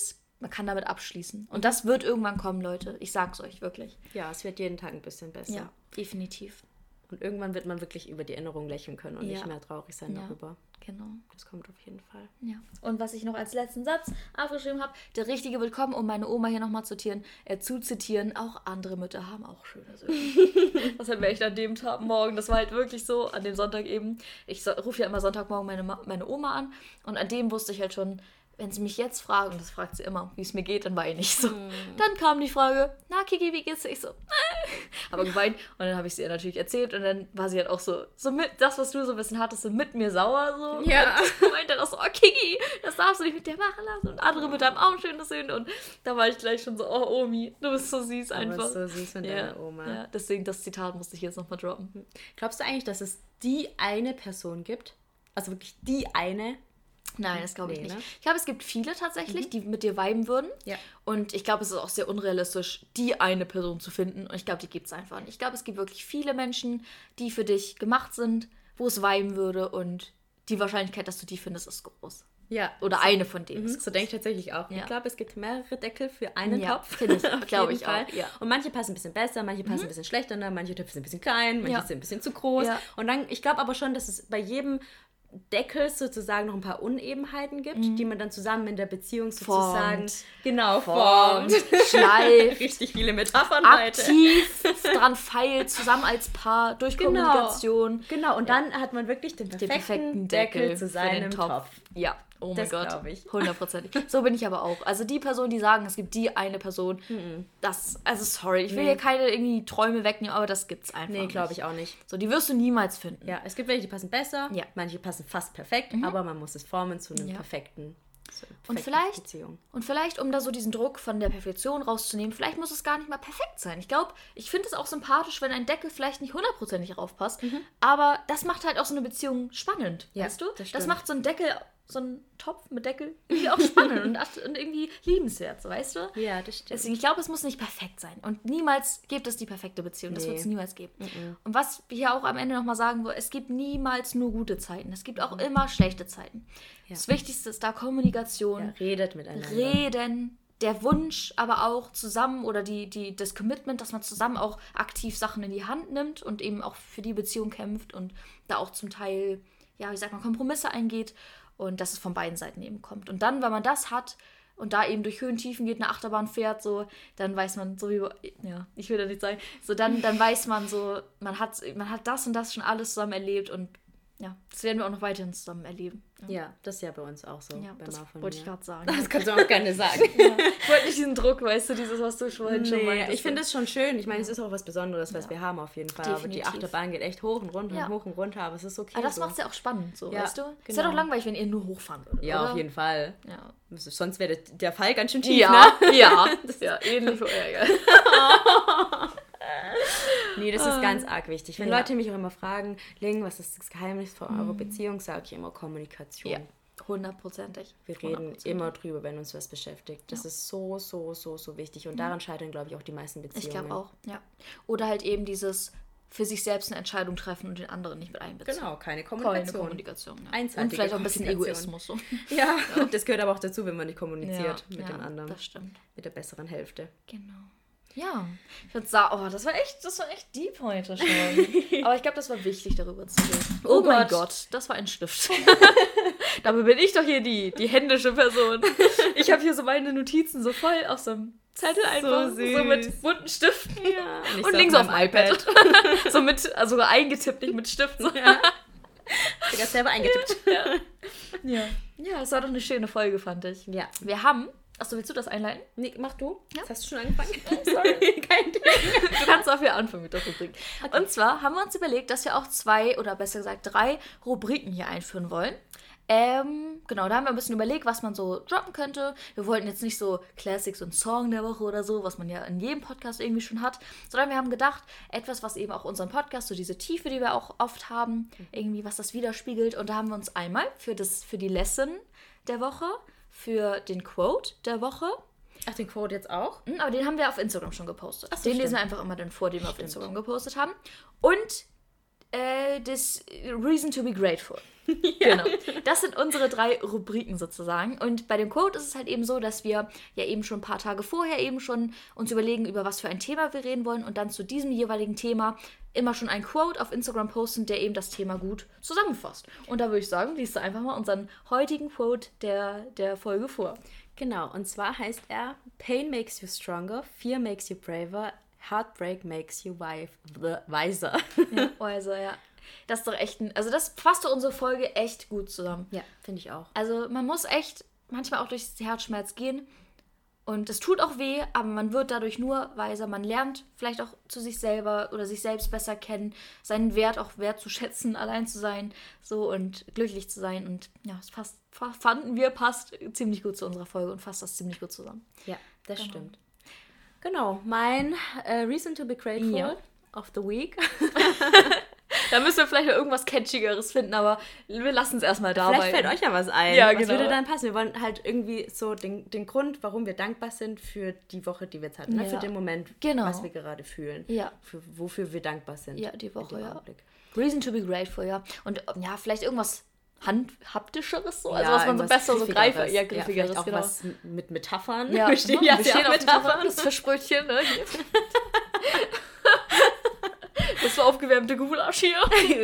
man kann damit abschließen. Und das wird irgendwann kommen, Leute. Ich sag's euch wirklich. Ja, es wird jeden Tag ein bisschen besser. Ja, definitiv. Und irgendwann wird man wirklich über die Erinnerung lächeln können und ja. nicht mehr traurig sein ja. darüber. Genau. Das kommt auf jeden Fall. Ja. Und was ich noch als letzten Satz aufgeschrieben habe, der Richtige wird kommen, um meine Oma hier nochmal zu zitieren, äh, zu zitieren, auch andere Mütter haben auch schöne Söhne. Das hatten wir echt an dem Tag morgen. Das war halt wirklich so, an dem Sonntag eben. Ich so, rufe ja immer Sonntagmorgen meine, meine Oma an und an dem wusste ich halt schon, wenn sie mich jetzt fragen, das fragt sie immer, wie es mir geht, dann weine ich so. Mm. Dann kam die Frage, na Kiki, wie geht's dir? Ich so, äh. aber geweint. Und dann habe ich sie ihr natürlich erzählt und dann war sie halt auch so, so mit, das, was du so ein bisschen hattest, so mit mir sauer. So. Ja. Und meinte dann auch so, oh Kiki, das darfst du nicht mit dir machen lassen. Und andere mit deinem auch schönes Sinn. Und da war ich gleich schon so, oh Omi, du bist so süß einfach. Du bist so süß mit ja. deiner Oma. Ja, deswegen, das Zitat musste ich jetzt nochmal droppen. Glaubst du eigentlich, dass es die eine Person gibt? Also wirklich die eine? Nein, das glaube ich nee, nicht. Ne? Ich glaube, es gibt viele tatsächlich, mhm. die mit dir viben würden. Ja. Und ich glaube, es ist auch sehr unrealistisch, die eine Person zu finden. Und ich glaube, die gibt es einfach nicht. Ich glaube, es gibt wirklich viele Menschen, die für dich gemacht sind, wo es viben würde. Und die Wahrscheinlichkeit, dass du die findest, ist groß. Ja. Oder so, eine von denen. Mhm. So denke ich tatsächlich auch. Ja. Ich glaube, es gibt mehrere Deckel für einen ja, Topf. Finde ich, glaube ich auch. Ja. Und manche passen ein bisschen besser, manche passen mhm. ein bisschen schlechter, manche Töpfe sind ein bisschen klein, manche ja. sind ein bisschen zu groß. Ja. Und dann, ich glaube aber schon, dass es bei jedem Deckel sozusagen noch ein paar Unebenheiten gibt, mhm. die man dann zusammen in der Beziehung sozusagen formt. genau formt, formt. schleift, richtig viele Metaphern aktiv heute. dran feilt, zusammen als Paar, durch genau. Kommunikation. Genau, und ja. dann hat man wirklich den perfekten, den perfekten Deckel, Deckel zu seinem Topf. Topf. Ja, oh das mein Gott, ich. hundertprozentig. So bin ich aber auch. Also die Personen, die sagen, es gibt die eine Person, mhm. das, also sorry, ich will nee. hier keine irgendwie Träume wegnehmen, aber das gibt's einfach Nee, glaube ich auch nicht. So, die wirst du niemals finden. Ja, es gibt welche, die passen besser, ja. manche passen fast perfekt, mhm. aber man muss es formen zu einem ja. perfekten so und vielleicht, Beziehung. Und vielleicht, um da so diesen Druck von der Perfektion rauszunehmen, vielleicht muss es gar nicht mal perfekt sein. Ich glaube, ich finde es auch sympathisch, wenn ein Deckel vielleicht nicht hundertprozentig raufpasst, mhm. aber das macht halt auch so eine Beziehung spannend, ja, weißt du? Das, das macht so ein Deckel, so ein Topf mit Deckel irgendwie auch spannend und, und irgendwie liebenswert, so, weißt du? Ja, das stimmt. Deswegen, ich glaube, es muss nicht perfekt sein. Und niemals gibt es die perfekte Beziehung. Das nee. wird es niemals geben. Mhm. Und was wir hier auch am Ende nochmal sagen wollen, es gibt niemals nur gute Zeiten. Es gibt auch mhm. immer schlechte Zeiten. Ja. Das Wichtigste ist da Kommunikation. Ja, redet miteinander. Reden. Der Wunsch, aber auch zusammen oder die, die, das Commitment, dass man zusammen auch aktiv Sachen in die Hand nimmt und eben auch für die Beziehung kämpft und da auch zum Teil, ja, wie sagt man, Kompromisse eingeht. Und dass es von beiden Seiten eben kommt. Und dann, wenn man das hat und da eben durch Höhen, Tiefen geht, eine Achterbahn fährt, so, dann weiß man, so wie, ja, ich will das nicht sagen, so dann, dann weiß man so, man hat, man hat das und das schon alles zusammen erlebt und ja, das werden wir auch noch weiterhin zusammen erleben. Ja, ja das ist ja bei uns auch so. Ja, bei das von wollte mir. ich gerade sagen. Das kannst du auch gerne sagen. Ja. Ich wollte nicht diesen Druck, weißt du, dieses, was du vorhin nee, schon meintest. Ich finde es schon schön. Ich meine, es ist auch was Besonderes, was ja. wir haben auf jeden Fall. Definitiv. Aber die Achterbahn geht echt hoch und runter ja. und hoch und runter, aber es ist okay. Aber das so. macht es ja auch spannend, so, ja, weißt du? Es genau. ist ja doch langweilig, wenn ihr nur hochfahren würdet, Ja, oder? auf jeden Fall. Ja. Sonst wäre der Fall ganz schön tief, ja, ne? Ja, das ist ja ähnlich für euer Nee, das ist ganz arg wichtig. Wenn ja. Leute mich auch immer fragen, Ling, was ist das Geheimnis von eurer Beziehung, sage ich immer Kommunikation. Ja, hundertprozentig. Wir reden immer drüber, wenn uns was beschäftigt. Das ja. ist so, so, so, so wichtig. Und daran scheitern, glaube ich, auch die meisten Beziehungen. Ich glaube auch, ja. Oder halt eben dieses für sich selbst eine Entscheidung treffen und den anderen nicht mit einbeziehen. Genau, keine Kommunikation. Keine Kommunikation, ja. Einseitige und vielleicht auch ein bisschen Egoismus. So. Ja, ja, das gehört aber auch dazu, wenn man nicht kommuniziert ja, mit ja, dem anderen. Das stimmt. Mit der besseren Hälfte. Genau. Ja, ich würde sagen, oh, das war echt, das war echt deep heute schon. Aber ich glaube, das war wichtig, darüber zu reden. Oh, oh mein Gott. Gott, das war ein Stift. Dabei bin ich doch hier die, die händische Person. Ich habe hier so meine Notizen so voll auf so einem Zettel einfach, so, so mit bunten Stiften ja, und so links auf dem iPad. So mit, also sogar eingetippt, nicht mit Stiften. Ja. Ich habe selber eingetippt. Ja. Ja. Ja, das war doch eine schöne Folge, fand ich. Ja. Wir haben... Achso, willst du das einleiten? Nee, mach du. Ja. Das hast du schon angefangen. Sorry. Kein Ding. Du kannst auch wieder anfangen mit der Rubrik. Okay. Und zwar haben wir uns überlegt, dass wir auch zwei oder besser gesagt drei Rubriken hier einführen wollen. Ähm, genau, da haben wir ein bisschen überlegt, was man so droppen könnte. Wir wollten jetzt nicht so Classics und Song der Woche oder so, was man ja in jedem Podcast irgendwie schon hat, sondern wir haben gedacht, etwas, was eben auch unseren Podcast, so diese Tiefe, die wir auch oft haben, irgendwie, was das widerspiegelt. Und da haben wir uns einmal für, das, für die Lesson der Woche, für den Quote der Woche. Ach, den Quote jetzt auch? Aber den haben wir auf Instagram schon gepostet. Ach so, den stimmt. lesen wir einfach immer dann vor, den wir auf Instagram gepostet haben. Und äh, das Reason to be grateful. Ja. Genau. Das sind unsere drei Rubriken sozusagen. Und bei dem Quote ist es halt eben so, dass wir ja eben schon ein paar Tage vorher eben schon uns überlegen, über was für ein Thema wir reden wollen und dann zu diesem jeweiligen Thema immer schon ein Quote auf Instagram posten, der eben das Thema gut zusammenfasst. Und da würde ich sagen, liest du einfach mal unseren heutigen Quote der, der Folge vor. Genau, und zwar heißt er: Pain makes you stronger, fear makes you braver, heartbreak makes you wiser. Ja, wiser, ja. Das ist doch echt ein, also das fasst doch unsere Folge echt gut zusammen. Ja, finde ich auch. Also man muss echt manchmal auch durch Herzschmerz gehen und es tut auch weh, aber man wird dadurch nur weiser. Man lernt vielleicht auch zu sich selber oder sich selbst besser kennen, seinen Wert auch wertzuschätzen, allein zu sein so und glücklich zu sein. Und ja, es passt, fanden wir, passt ziemlich gut zu unserer Folge und fasst das ziemlich gut zusammen. Ja, das genau. stimmt. Genau, mein uh, Reason to be grateful ja. of the week. Da müssen wir vielleicht noch irgendwas Catchigeres finden, aber wir lassen es erstmal dabei. Vielleicht fällt euch ja was ein. Ja, was genau. würde dann passen? Wir wollen halt irgendwie so den, den Grund, warum wir dankbar sind für die Woche, die wir jetzt hatten. Ja. Ne? Für den Moment, genau. was wir gerade fühlen. Ja. Für, wofür wir dankbar sind. Ja, die Woche, ja. Reason to be grateful, ja. Und ja, vielleicht irgendwas Hand, haptischeres so, also ja, was man so besser so greifen, ja, griffigeres, ja, auch genau. was mit Metaphern. Ja, wir stehen ja, ja wir stehen auf Metaphern. Das Fischbrötchen, ne? Das war aufgewärmte Gulasch hier.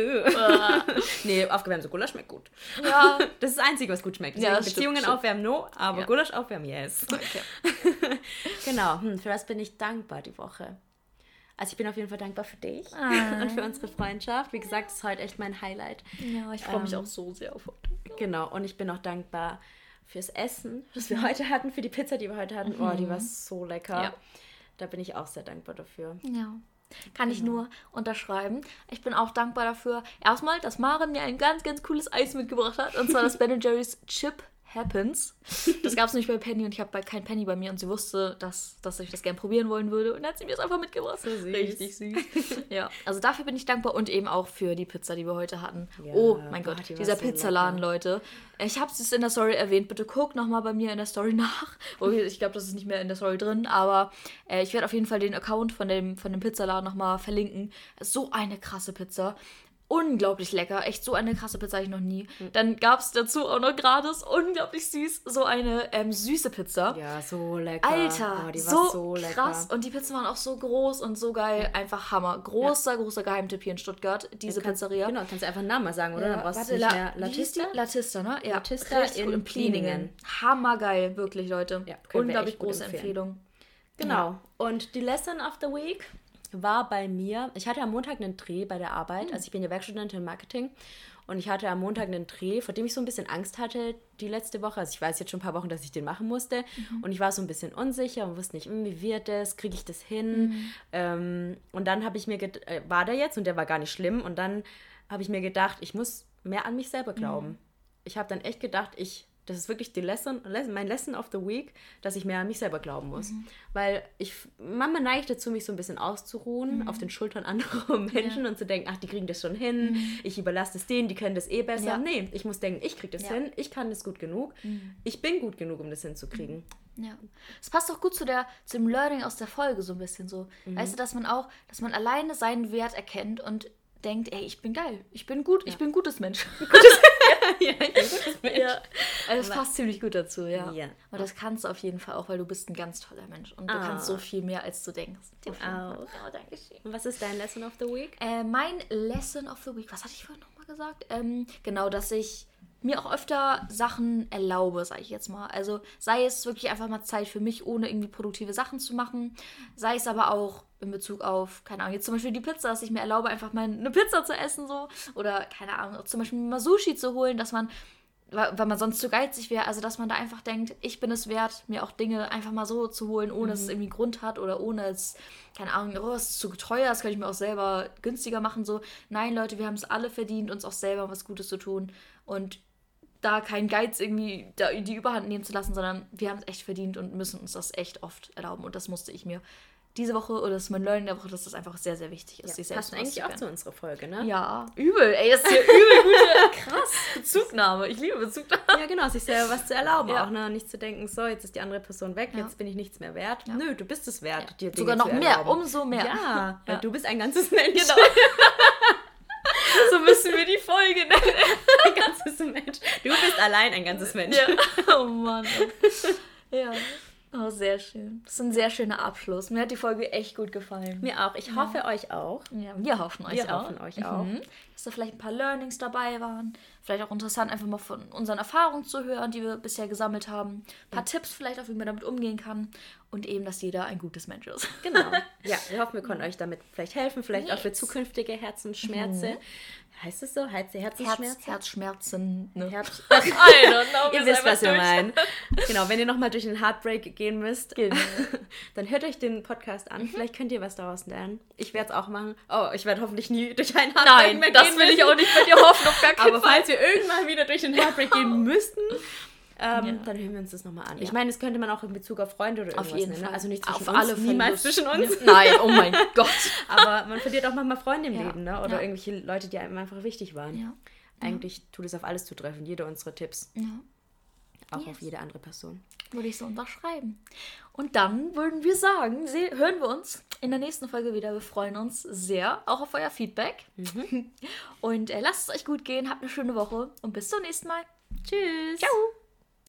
Nee, aufgewärmte Gulasch schmeckt gut. Ja. Das ist das Einzige, was gut schmeckt. Ja, Beziehungen stimmt, aufwärmen, no, aber ja. Gulasch aufwärmen, yes. Okay. Genau, hm, für was bin ich dankbar die Woche? Also ich bin auf jeden Fall dankbar für dich ah. und für unsere Freundschaft. Wie gesagt, das ist heute echt mein Highlight. Ja, ich freue ähm, mich auch so sehr auf heute. Genau, und ich bin auch dankbar fürs Essen, das wir heute hatten, für die Pizza, die wir heute hatten. Mhm. Oh, die war so lecker. Ja. Da bin ich auch sehr dankbar dafür. Ja. Kann ich nur unterschreiben. Ich bin auch dankbar dafür. Erstmal, dass Maren mir ein ganz, ganz cooles Eis mitgebracht hat. Und zwar das Ben and Jerry's Chip Happens. Das gab es nicht bei Penny und ich habe kein Penny bei mir und sie wusste, dass, dass ich das gerne probieren wollen würde und dann hat sie mir das einfach mitgebracht. So süß. Richtig süß. Ja, also dafür bin ich dankbar und eben auch für die Pizza, die wir heute hatten. Ja, oh mein Gott, die dieser so Pizzaladen, lecker. Leute. Ich habe es in der Story erwähnt, bitte guckt nochmal bei mir in der Story nach. Okay, ich glaube, das ist nicht mehr in der Story drin, aber äh, ich werde auf jeden Fall den Account von dem, von dem Pizzaladen nochmal verlinken. So eine krasse Pizza. Unglaublich lecker. Echt so eine krasse Pizza habe ich noch nie. Mhm. Dann gab es dazu auch noch gratis, unglaublich süß, so eine ähm, süße Pizza. Ja, so lecker. Alter, oh, die war so, so lecker. Krass. Und die Pizzen waren auch so groß und so geil. Einfach Hammer. Großer, ja. großer Geheimtipp hier in Stuttgart, diese kannst, Pizzeria. Genau, kannst du einfach einen Namen mal sagen, oder? Ja, Dann brauchst warte, du nicht La- mehr Latista. Latista, ne? Ja. Latista in, in Pliningen. Hammergeil, wirklich, Leute. Ja, unglaublich große Empfehlung. Genau. Ja. Und die Lesson of the Week war bei mir, ich hatte am Montag einen Dreh bei der Arbeit, mhm. also ich bin ja Werkstudentin im Marketing und ich hatte am Montag einen Dreh, vor dem ich so ein bisschen Angst hatte die letzte Woche, also ich weiß jetzt schon ein paar Wochen, dass ich den machen musste mhm. und ich war so ein bisschen unsicher und wusste nicht, wie wird das, kriege ich das hin mhm. ähm, und dann habe ich mir, ged- äh, war der jetzt und der war gar nicht schlimm und dann habe ich mir gedacht, ich muss mehr an mich selber glauben. Mhm. Ich habe dann echt gedacht, ich das ist wirklich die Lesson, mein Lesson of the Week, dass ich mehr an mich selber glauben muss. Mhm. Weil ich, manchmal neige ich dazu, mich so ein bisschen auszuruhen, mhm. auf den Schultern anderer Menschen ja. und zu denken, ach, die kriegen das schon hin, mhm. ich überlasse es denen, die können das eh besser. Ja. Nee, ich muss denken, ich kriege das ja. hin, ich kann das gut genug, mhm. ich bin gut genug, um das hinzukriegen. Ja. Es passt auch gut zu der, zum Learning aus der Folge so ein bisschen so. Mhm. Weißt du, dass man auch, dass man alleine seinen Wert erkennt und denkt, ey, ich bin geil, ich bin gut, ja. ich bin ein gutes Mensch. Gutes ja, ich bin ein gutes Mensch. Ja. Also das passt ziemlich gut dazu, ja. ja. Und das kannst du auf jeden Fall auch, weil du bist ein ganz toller Mensch und du ah. kannst so viel mehr, als du denkst. Du auch. Ja, danke schön. Und was ist dein Lesson of the Week? Äh, mein Lesson of the Week, was hatte ich vorhin nochmal gesagt? Ähm, genau, dass ich mir auch öfter Sachen erlaube, sage ich jetzt mal. Also sei es wirklich einfach mal Zeit für mich, ohne irgendwie produktive Sachen zu machen. Sei es aber auch in Bezug auf, keine Ahnung, jetzt zum Beispiel die Pizza, dass ich mir erlaube, einfach mal eine Pizza zu essen so. Oder, keine Ahnung, zum Beispiel mal Sushi zu holen, dass man, weil man sonst zu geizig wäre, also dass man da einfach denkt, ich bin es wert, mir auch Dinge einfach mal so zu holen, ohne mhm. dass es irgendwie einen Grund hat oder ohne es, keine Ahnung, oh, es ist zu teuer, das kann ich mir auch selber günstiger machen. So, nein, Leute, wir haben es alle verdient, uns auch selber was Gutes zu tun und da keinen Geiz irgendwie da die Überhand nehmen zu lassen, sondern wir haben es echt verdient und müssen uns das echt oft erlauben. Und das musste ich mir diese Woche, oder das ist mein Learning der Woche, dass das einfach sehr, sehr wichtig ist. Ja, das passt eigentlich auch zu unserer Folge, ne? Ja, übel. Ey, das ist hier übel gute, krass, Bezugnahme. Ich liebe Bezugnahme. Ja, genau, sich selber was zu erlauben ja. auch, ne? Nicht zu denken, so, jetzt ist die andere Person weg, ja. jetzt bin ich nichts mehr wert. Ja. Nö, du bist es wert, ja. dir Dinge Sogar noch zu mehr, umso mehr. Ja, ja. Weil du bist ein ganzes Mensch. Genau. So müssen wir die Folge nennen. Ein ganzes Mensch. Du bist allein ein ganzes Mensch. Ja. Oh Mann. Ja. Oh, sehr schön. Das ist ein sehr schöner Abschluss. Mir hat die Folge echt gut gefallen. Mir auch. Ich Ja. hoffe, euch auch. Ja, wir hoffen euch Wir auch. hoffen euch auch. Mhm. Dass da vielleicht ein paar Learnings dabei waren. Vielleicht auch interessant, einfach mal von unseren Erfahrungen zu hören, die wir bisher gesammelt haben. Ein paar Tipps vielleicht auch, wie man damit umgehen kann. Und eben, dass jeder ein gutes Mensch ist. Genau. Ja, wir hoffen, wir konnten euch damit vielleicht helfen. Vielleicht auch für Yes. zukünftige Herzensschmerzen. Heißt es so? Herz- Herz, Herzensschmerzen? Herzschmerzen. Ne? Herz- I don't know. Ihr wisst, was wir meinen. Genau, wenn ihr nochmal durch den Heartbreak gehen müsst, Genau. dann hört euch den Podcast an. Vielleicht könnt ihr was daraus lernen. Ich werde es auch machen. Oh, ich werde hoffentlich nie durch einen Heartbreak Nein, mehr das gehen will ich müssen. auch nicht mit dir hoffen, auf gar keinen Aber Fall. falls wir irgendwann wieder durch den Heartbreak gehen müssten, ähm, Ja. dann hören wir uns das nochmal an. Ja. Ich meine, das könnte man auch in Bezug auf Freunde oder Auf irgendwas jeden nennen. Fall. Also nicht zwischen Auf uns, alle Fälle. niemals zwischen uns. Nein, oh mein Gott. Aber man verliert auch manchmal Freunde im Ja. Leben, ne? Oder Ja. irgendwelche Leute, die einem einfach wichtig waren. Ja. Eigentlich tut es auf alles zutreffen, jede unserer Tipps. Ja. Auch Yes. auf jede andere Person. Würde ich so unterschreiben. Und dann würden wir sagen, se- hören wir uns in der nächsten Folge wieder. Wir freuen uns sehr, auch auf euer Feedback. Und äh, lasst es euch gut gehen, habt eine schöne Woche und bis zum nächsten Mal. Tschüss. Ciao.